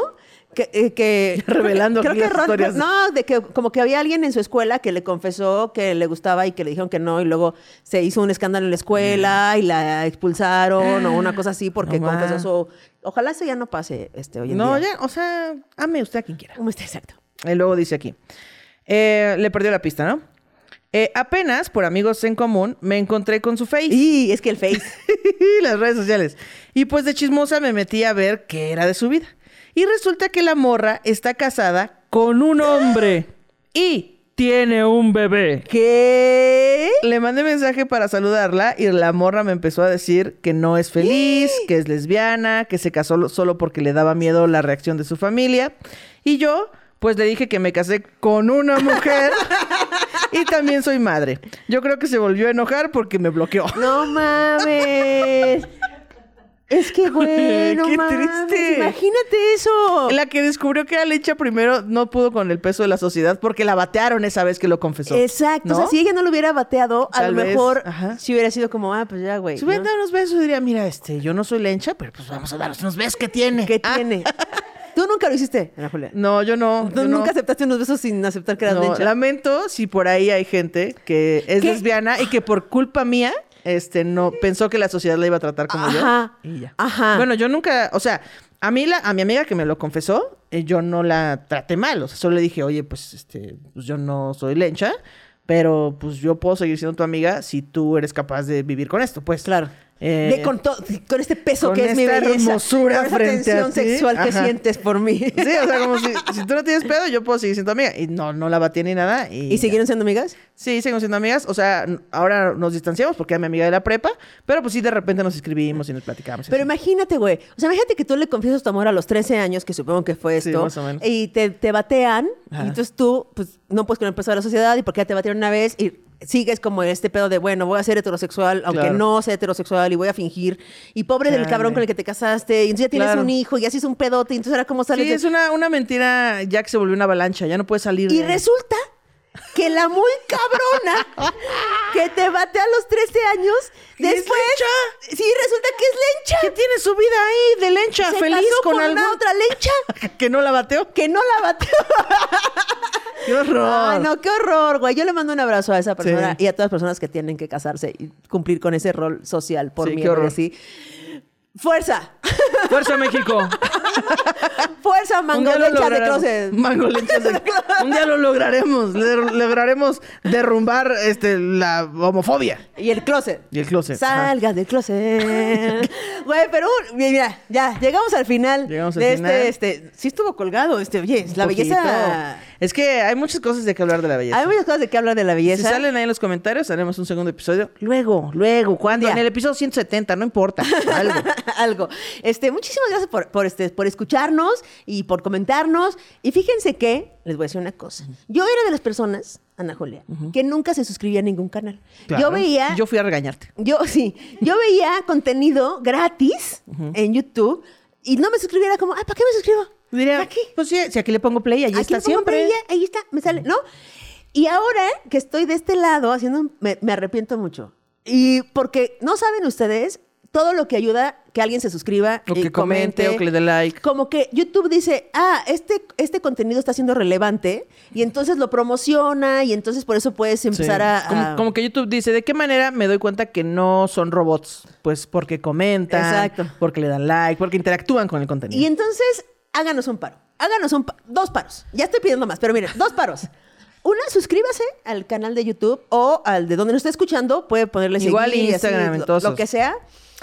Que Revelando creo aquí que las historias. No, de que como que había alguien en su escuela que le confesó que le gustaba y que le dijeron que no y luego se hizo un escándalo en la escuela y la expulsaron o una cosa así porque No, confesó su... Ojalá eso ya no pase hoy en No, día. ya, o sea, ame usted a quien quiera. Exacto. Y luego dice aquí, le perdió la pista, ¿no? Apenas, por amigos en común, me encontré con su Face. Y es que el Face... Las redes sociales. Y pues de chismosa me metí a ver qué era de su vida. Y resulta que la morra está casada con un hombre. Y tiene un bebé. ¿Qué? Le mandé mensaje para saludarla y la morra me empezó a decir que no es feliz, que es lesbiana, que se casó solo porque le daba miedo la reacción de su familia. Y yo, pues le dije que me casé con una mujer y también soy madre. Yo creo que se volvió a enojar porque me bloqueó. No mames. Es que, güey, no Qué mames. triste. Imagínate eso. La que descubrió que era lecha primero no pudo con el peso de la sociedad porque la batearon esa vez que lo confesó. Exacto. ¿no? O sea, si ella no lo hubiera bateado, a Tal lo vez, mejor ajá. si hubiera sido como, pues ya, güey. Si hubieran ¿no? dado unos besos, diría, mira, yo no soy lencha, pero pues vamos a darnos unos besos que tiene. ¿Qué Ah, tiene? Tú nunca lo hiciste, Ana Julia. No, yo no. Tú yo nunca no. aceptaste unos besos sin aceptar que eras No, lencha. lamento si por ahí hay gente que es ¿Qué? lesbiana y que por culpa mía no pensó que la sociedad la iba a tratar como Ajá. yo. Y ya. Ajá. Bueno, yo nunca, o sea, a mi amiga que me lo confesó, yo no la traté mal. O sea, solo le dije, oye, pues yo no soy lencha, pero pues yo puedo seguir siendo tu amiga si tú eres capaz de vivir con esto, pues. Claro. Con este peso con que es mi esta belleza. hermosura con esa frente a tensión ti. sexual que Ajá. sientes por mí. Sí, o sea, como si tú no tienes pedo, yo puedo seguir siendo tu amiga. Y no la batí ni nada. ¿Y siguieron siendo amigas? Sí, seguimos siendo amigas. O sea, ahora nos distanciamos porque era mi amiga de la prepa, pero pues sí, de repente nos escribimos y nos platicamos. Pero imagínate, güey. O sea, imagínate que tú le confiesas tu amor a los 13 años, que supongo que fue Sí, esto. más o menos. Y te batean. Ajá. Y entonces tú, pues, no puedes con el peso de la sociedad y porque ya te batearon una vez y sigues como este pedo de, bueno, voy a ser heterosexual, aunque Claro. no sea heterosexual y voy a fingir. Y pobre del Chale. cabrón con el que te casaste. Y entonces ya tienes Claro. un hijo y así es un pedote. Y entonces ahora cómo sales Sí, de- es una mentira ya que se volvió una avalancha. Ya no puedes salir Y de... resulta que la muy cabrona que te bate a los 13 años, ¿Y es después... lencha? Sí, resulta que es lencha. ¿Qué tiene su vida ahí de lencha? Se ¿Feliz casó con una algo? otra lencha ¿Que no la bateó? que no la bateó. ¡Qué horror! Ay, no, qué horror, güey. Yo le mando un abrazo a esa persona Sí. y a todas las personas que tienen que casarse y cumplir con ese rol social por Sí, qué miedo y horror. así. ¡Fuerza! ¡Fuerza, México! ¡Fuerza, mango Un día lo lencha de lograremos. closet! Mango lenchas de... Un día lo lograremos. Lograremos derrumbar la homofobia. Y el closet. Y el closet. Ajá. Salga del closet. Güey, pero mira, ya, llegamos al final. Llegamos al de final. sí estuvo colgado, oye, la belleza... Poquito. Es que hay muchas cosas de que hablar de la belleza. Hay muchas cosas de qué hablar de la Si belleza. salen ahí en los comentarios, haremos un segundo episodio. Luego, ¿cuándo? Ya. En el episodio 170, no importa. Algo. Algo. Muchísimas gracias por escucharnos y por comentarnos. Y fíjense que, les voy a decir una cosa. Yo era de las personas, Ana Julia, que nunca se suscribía a ningún canal. Claro. Yo veía... Yo fui a regañarte. Yo veía contenido gratis en YouTube y no me suscribiera como, ¿para qué me suscribo? Diría, ¿Para qué? pues sí, si aquí le pongo play, ahí Aquí está le pongo siempre. play, ahí está, me sale, ¿no? Y ahora que estoy de este lado haciendo, me arrepiento mucho. Y porque no saben ustedes todo lo que ayuda que alguien se suscriba O y que comente, o que le dé like. Como que YouTube dice, este contenido está siendo relevante y entonces lo promociona y entonces por eso puedes empezar Sí. a... Como que YouTube dice, ¿de qué manera me doy cuenta que no son robots? Pues porque comentan, Exacto. porque le dan like, porque interactúan con el contenido. Y entonces, háganos un paro. Dos paros. Ya estoy pidiendo más, pero miren, 2 paros. Una, suscríbase al canal de YouTube o al de donde nos esté escuchando. Puede ponerle Igual seguir, Instagram, así, en todos lo esos. que sea.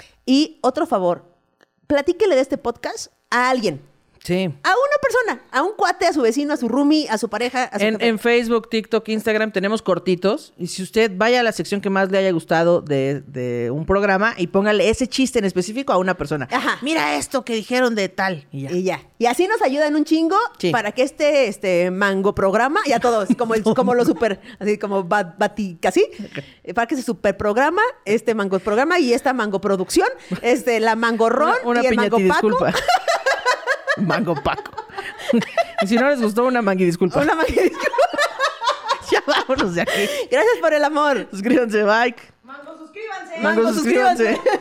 Y otro favor, platíquele de este podcast a alguien. Sí. A una persona, a un cuate, a su vecino, a su roomie, a su pareja, a su jefe. En Facebook, TikTok, Instagram tenemos cortitos. Y si usted vaya a la sección que más le haya gustado de un programa y póngale ese chiste en específico a una persona. Ajá. Mira esto que dijeron de tal. Y ya. Y ya. Y así nos ayudan un chingo Sí. para que este mango programa, ya todos, como lo super, así como casi, para que se super programa, este mango programa y esta mango producción, la mango ron Una y el mango piñati, Paco. disculpa. Mango Paco. Y si no les gustó, una mangui disculpa. Una magia. Ya vámonos de aquí. Gracias por el amor. Suscríbanse, bye. Mango, suscríbanse. Mango, suscríbanse.